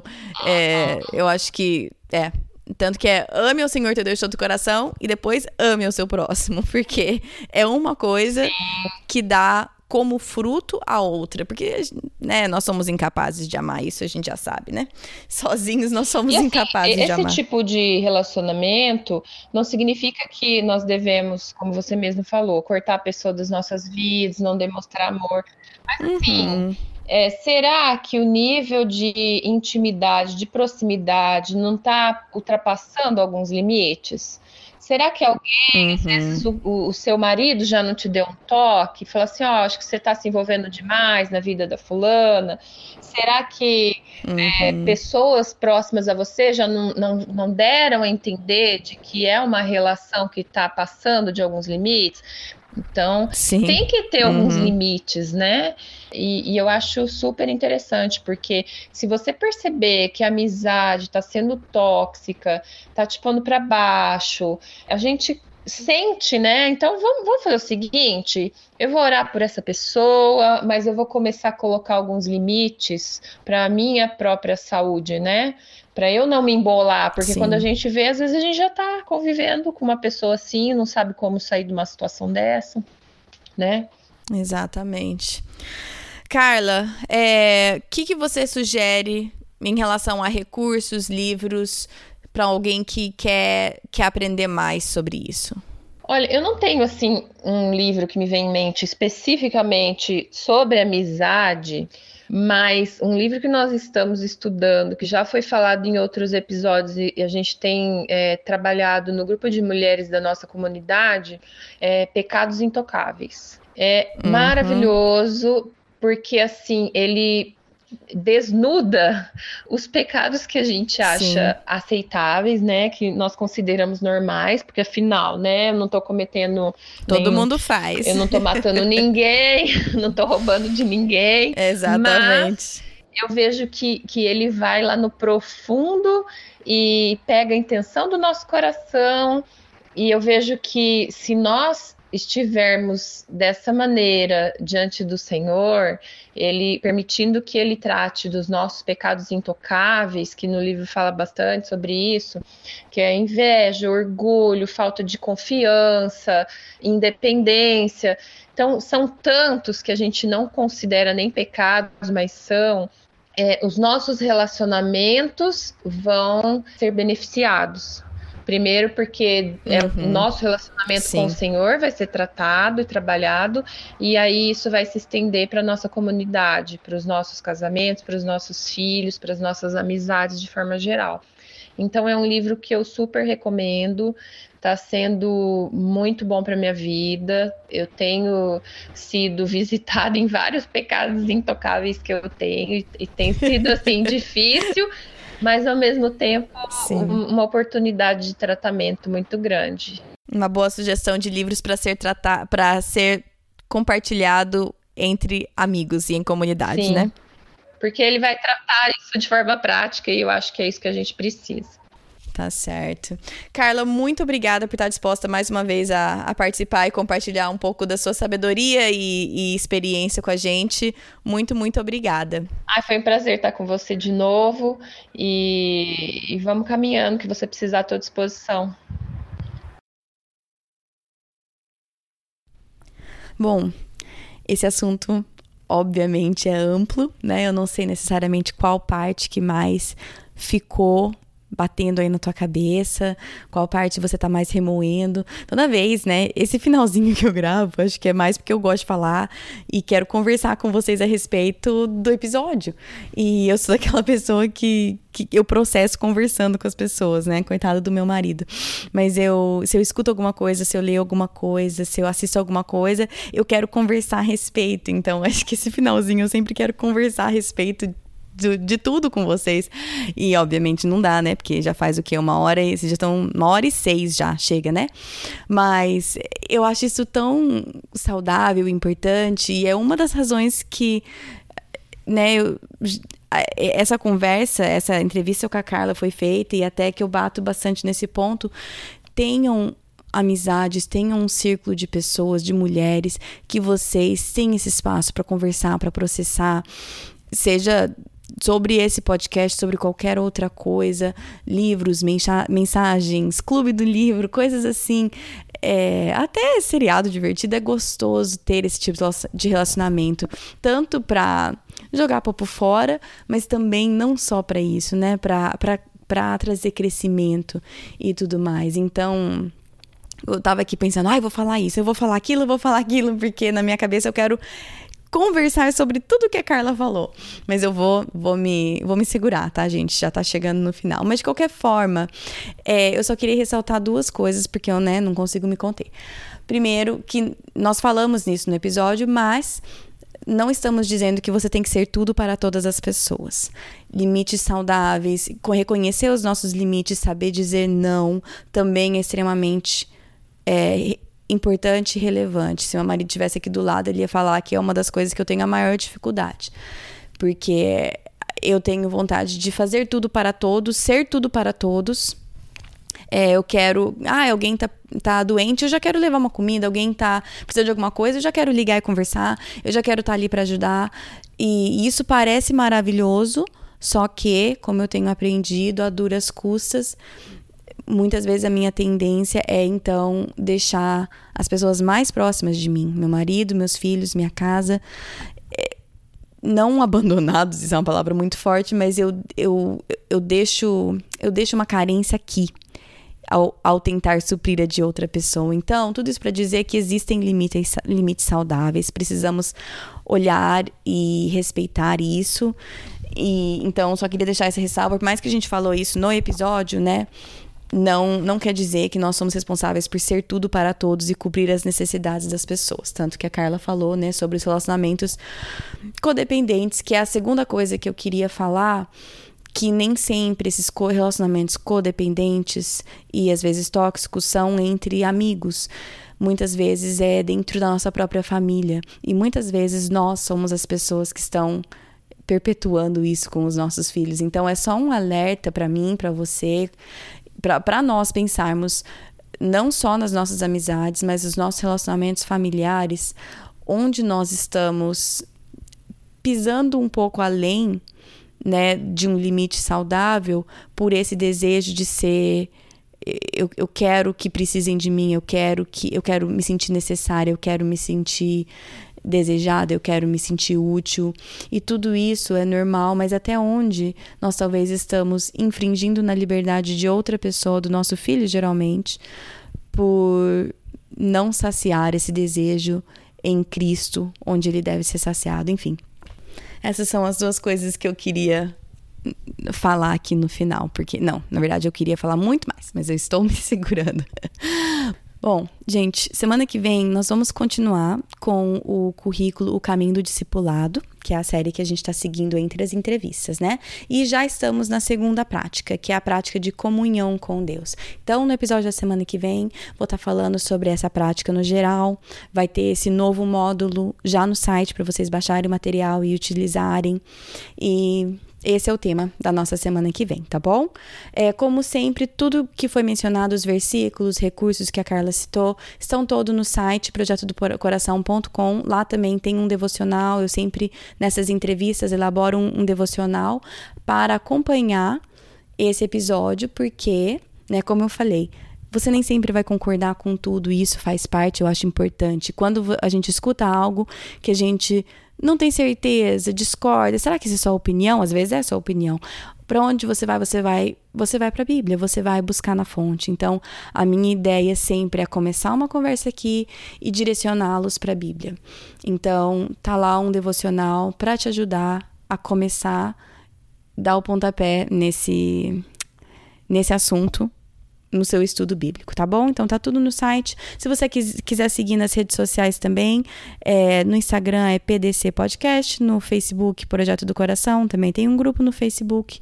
[SPEAKER 1] eu acho que tanto que ame ao Senhor teu Deus de todo o coração e depois ame ao seu próximo, porque é uma coisa que dá como fruto a outra, porque, né, nós somos incapazes de amar, isso a gente já sabe, né? Sozinhos nós somos incapazes de amar.
[SPEAKER 2] Esse tipo de relacionamento não significa que nós devemos, como você mesmo falou, cortar a pessoa das nossas vidas, não demonstrar amor. Mas assim, será que o nível de intimidade, de proximidade, não está ultrapassando alguns limites? Será que alguém, às vezes o seu marido já não te deu um toque? Fala assim, acho que você está se envolvendo demais na vida da fulana. Será que pessoas próximas a você já não deram a entender de que é uma relação que está passando de alguns limites? Então, tem que ter alguns limites, né? E eu acho super interessante, porque se você perceber que a amizade está sendo tóxica, está te pondo para baixo, a gente sente, né? Então, vamos fazer o seguinte, eu vou orar por essa pessoa, mas eu vou começar a colocar alguns limites para a minha própria saúde, né? Para eu não me embolar, porque quando a gente vê, às vezes a gente já está convivendo com uma pessoa assim, não sabe como sair de uma situação dessa, né?
[SPEAKER 1] Exatamente. Carla, que você sugere em relação a recursos, livros, para alguém que quer aprender mais sobre isso?
[SPEAKER 2] Olha, eu não tenho assim um livro que me vem em mente especificamente sobre amizade, mas um livro que nós estamos estudando, que já foi falado em outros episódios e a gente tem trabalhado no grupo de mulheres da nossa comunidade, é Pecados Intocáveis. É maravilhoso porque assim ele desnuda os pecados que a gente acha aceitáveis, né, que nós consideramos normais, porque afinal, né, eu não tô cometendo
[SPEAKER 1] todo mundo faz.
[SPEAKER 2] Eu não tô matando ninguém, não tô roubando de ninguém.
[SPEAKER 1] Exatamente.
[SPEAKER 2] Mas eu vejo que ele vai lá no profundo e pega a intenção do nosso coração, e eu vejo que se nós estivermos dessa maneira diante do Senhor, ele permitindo que ele trate dos nossos pecados intocáveis, que no livro fala bastante sobre isso, que é inveja, orgulho, falta de confiança, independência. Então, são tantos que a gente não considera nem pecados, mas são. Os nossos relacionamentos vão ser beneficiados. Primeiro porque o nosso relacionamento com o Senhor vai ser tratado e trabalhado, e aí isso vai se estender para a nossa comunidade, para os nossos casamentos, para os nossos filhos, para as nossas amizades de forma geral. Então é um livro que eu super recomendo, está sendo muito bom para minha vida. Eu tenho sido visitada em vários pecados intocáveis que eu tenho, e tem sido assim difícil, mas ao mesmo tempo uma oportunidade de tratamento muito grande.
[SPEAKER 1] Uma boa sugestão de livros para ser compartilhado entre amigos e em comunidade, né?
[SPEAKER 2] Porque ele vai tratar isso de forma prática e eu acho que é isso que a gente precisa.
[SPEAKER 1] Tá certo. Carla, muito obrigada por estar disposta mais uma vez a participar e compartilhar um pouco da sua sabedoria e experiência com a gente. Muito, muito obrigada.
[SPEAKER 2] Foi um prazer estar com você de novo e vamos caminhando, que você precisar, à tua disposição.
[SPEAKER 1] Bom, esse assunto obviamente é amplo, né? Eu não sei necessariamente qual parte que mais ficou batendo aí na tua cabeça, qual parte você tá mais remoendo. Toda vez, né, esse finalzinho que eu gravo, acho que é mais porque eu gosto de falar e quero conversar com vocês a respeito do episódio. E eu sou daquela pessoa que eu processo conversando com as pessoas, né, coitado do meu marido. Mas se eu escuto alguma coisa, se eu leio alguma coisa, se eu assisto alguma coisa, eu quero conversar a respeito. Então, acho que esse finalzinho eu sempre quero conversar a respeito de tudo com vocês. E obviamente não dá, né? Porque já faz o quê? 1h, vocês já estão 1h06 já, chega, né? Mas eu acho isso tão saudável, importante, e é uma das razões que, né, essa conversa, essa entrevista com a Carla foi feita, e até que eu bato bastante nesse ponto. Tenham amizades, tenham um círculo de pessoas, de mulheres, que vocês têm esse espaço para conversar, para processar, seja sobre esse podcast, sobre qualquer outra coisa, livros, mensagens, clube do livro, coisas assim. Até seriado divertido, é gostoso ter esse tipo de relacionamento, tanto para jogar papo fora, mas também não só para isso, né? Para trazer crescimento e tudo mais. Então, eu tava aqui pensando, vou falar isso, eu vou falar aquilo, porque na minha cabeça eu quero conversar sobre tudo que a Carla falou. Mas eu vou me segurar, tá, gente? Já tá chegando no final. Mas, de qualquer forma, eu só queria ressaltar 2 coisas, porque eu, não consigo me conter. Primeiro, que nós falamos nisso no episódio, mas não estamos dizendo que você tem que ser tudo para todas as pessoas. Limites saudáveis, reconhecer os nossos limites, saber dizer não, também é extremamente importante e relevante. Se meu marido estivesse aqui do lado, ele ia falar que é uma das coisas que eu tenho a maior dificuldade. Porque eu tenho vontade de fazer tudo para todos, ser tudo para todos. Eu quero... alguém tá doente, eu já quero levar uma comida. Alguém precisa de alguma coisa, eu já quero ligar e conversar. Eu já quero estar ali para ajudar. E isso parece maravilhoso, só que, como eu tenho aprendido a duras custas, muitas vezes a minha tendência é, então, deixar as pessoas mais próximas de mim, meu marido, meus filhos, minha casa, não abandonados, isso é uma palavra muito forte, mas eu deixo uma carência aqui ao tentar suprir a de outra pessoa. Então, tudo isso para dizer que existem limites saudáveis, precisamos olhar e respeitar isso. E então, só queria deixar essa ressalva, por mais que a gente falou isso no episódio, né? Não quer dizer que nós somos responsáveis por ser tudo para todos e cobrir as necessidades das pessoas. Tanto que a Carla falou, né, sobre os relacionamentos codependentes, que é a segunda coisa que eu queria falar, que nem sempre esses relacionamentos codependentes e às vezes tóxicos são entre amigos. Muitas vezes é dentro da nossa própria família. E muitas vezes nós somos as pessoas que estão perpetuando isso com os nossos filhos. Então é só um alerta para mim, para você, para nós pensarmos não só nas nossas amizades, mas nos nossos relacionamentos familiares, onde nós estamos pisando um pouco além, né, de um limite saudável por esse desejo de ser... Eu quero que precisem de mim, eu quero me sentir necessária, eu quero me sentir desejada, eu quero me sentir útil, e tudo isso é normal, mas até onde nós talvez estamos infringindo na liberdade de outra pessoa, do nosso filho geralmente, por não saciar esse desejo em Cristo, onde ele deve ser saciado. Enfim, essas são as duas coisas que eu queria falar aqui no final, porque, não, na verdade eu queria falar muito mais, mas eu estou me segurando. Bom, gente, semana que vem nós vamos continuar com o currículo O Caminho do Discipulado, que é a série que a gente está seguindo entre as entrevistas, né? E já estamos na segunda prática, que é a prática de comunhão com Deus. Então, no episódio da semana que vem, vou estar falando sobre essa prática no geral. Vai ter esse novo módulo já no site para vocês baixarem o material e utilizarem. E esse é o tema da nossa semana que vem, tá bom? Como sempre, tudo que foi mencionado, os versículos, recursos que a Carla citou, estão todos no site projetodocoração.com. Lá também tem um devocional. Eu sempre, nessas entrevistas, elaboro um devocional para acompanhar esse episódio, porque, né, como eu falei, você nem sempre vai concordar com tudo, e isso faz parte, eu acho importante. Quando a gente escuta algo que a gente não tem certeza, discorda, será que isso é só opinião? Às vezes é só opinião. Para onde você vai para a Bíblia, você vai buscar na fonte. Então, a minha ideia sempre é começar uma conversa aqui e direcioná-los para a Bíblia. Então, tá lá um devocional para te ajudar a começar, dar o pontapé nesse assunto, no seu estudo bíblico, tá bom? Então tá tudo no site. Se você quiser seguir nas redes sociais também, no Instagram é PDC Podcast, no Facebook Projeto do Coração, também tem um grupo no Facebook.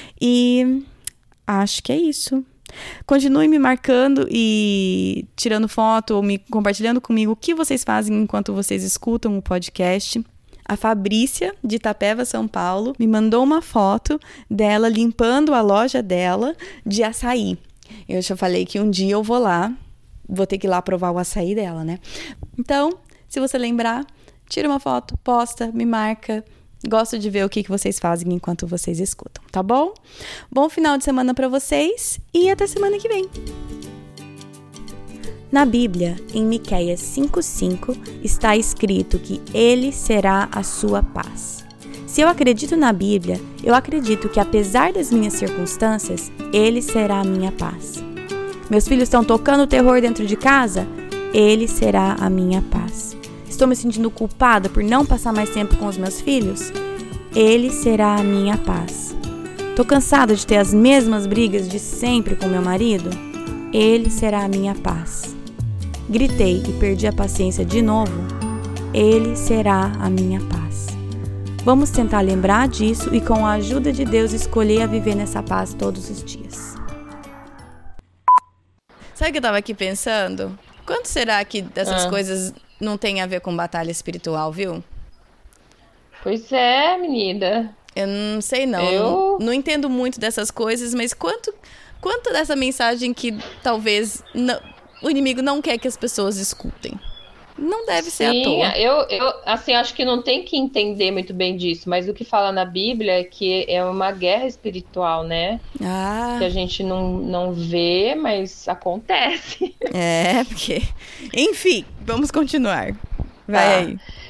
[SPEAKER 1] E acho que é isso. Continue me marcando e tirando foto ou me compartilhando comigo o que vocês fazem enquanto vocês escutam o podcast. A Fabrícia, de Itapeva, São Paulo, me mandou uma foto dela limpando a loja dela de açaí. Eu já falei que um dia eu vou ter que ir lá provar o açaí dela, né? Então, se você lembrar, tira uma foto, posta, me marca. Gosto de ver o que vocês fazem enquanto vocês escutam, tá bom? Bom final de semana para vocês e até semana que vem. Na Bíblia, em Miqueias 5:5, está escrito que Ele será a sua paz. Se eu acredito na Bíblia, eu acredito que apesar das minhas circunstâncias, Ele será a minha paz. Meus filhos estão tocando terror dentro de casa? Ele será a minha paz. Estou me sentindo culpada por não passar mais tempo com os meus filhos? Ele será a minha paz. Estou cansada de ter as mesmas brigas de sempre com meu marido? Ele será a minha paz. Gritei e perdi a paciência de novo? Ele será a minha paz. Vamos tentar lembrar disso e, com a ajuda de Deus, escolher a viver nessa paz todos os dias. Sabe o que eu estava aqui pensando? Quanto será que dessas coisas não tem a ver com batalha espiritual, viu?
[SPEAKER 2] Pois é, menina.
[SPEAKER 1] Eu não sei, não. Não entendo muito dessas coisas, mas quanto dessa mensagem que talvez o inimigo não quer que as pessoas escutem? Não deve ser à toa.
[SPEAKER 2] Eu assim, acho que não tem que entender muito bem disso, mas o que fala na Bíblia é que é uma guerra espiritual, né? Que a gente não vê, mas acontece.
[SPEAKER 1] Porque... Enfim, vamos continuar. Vai aí.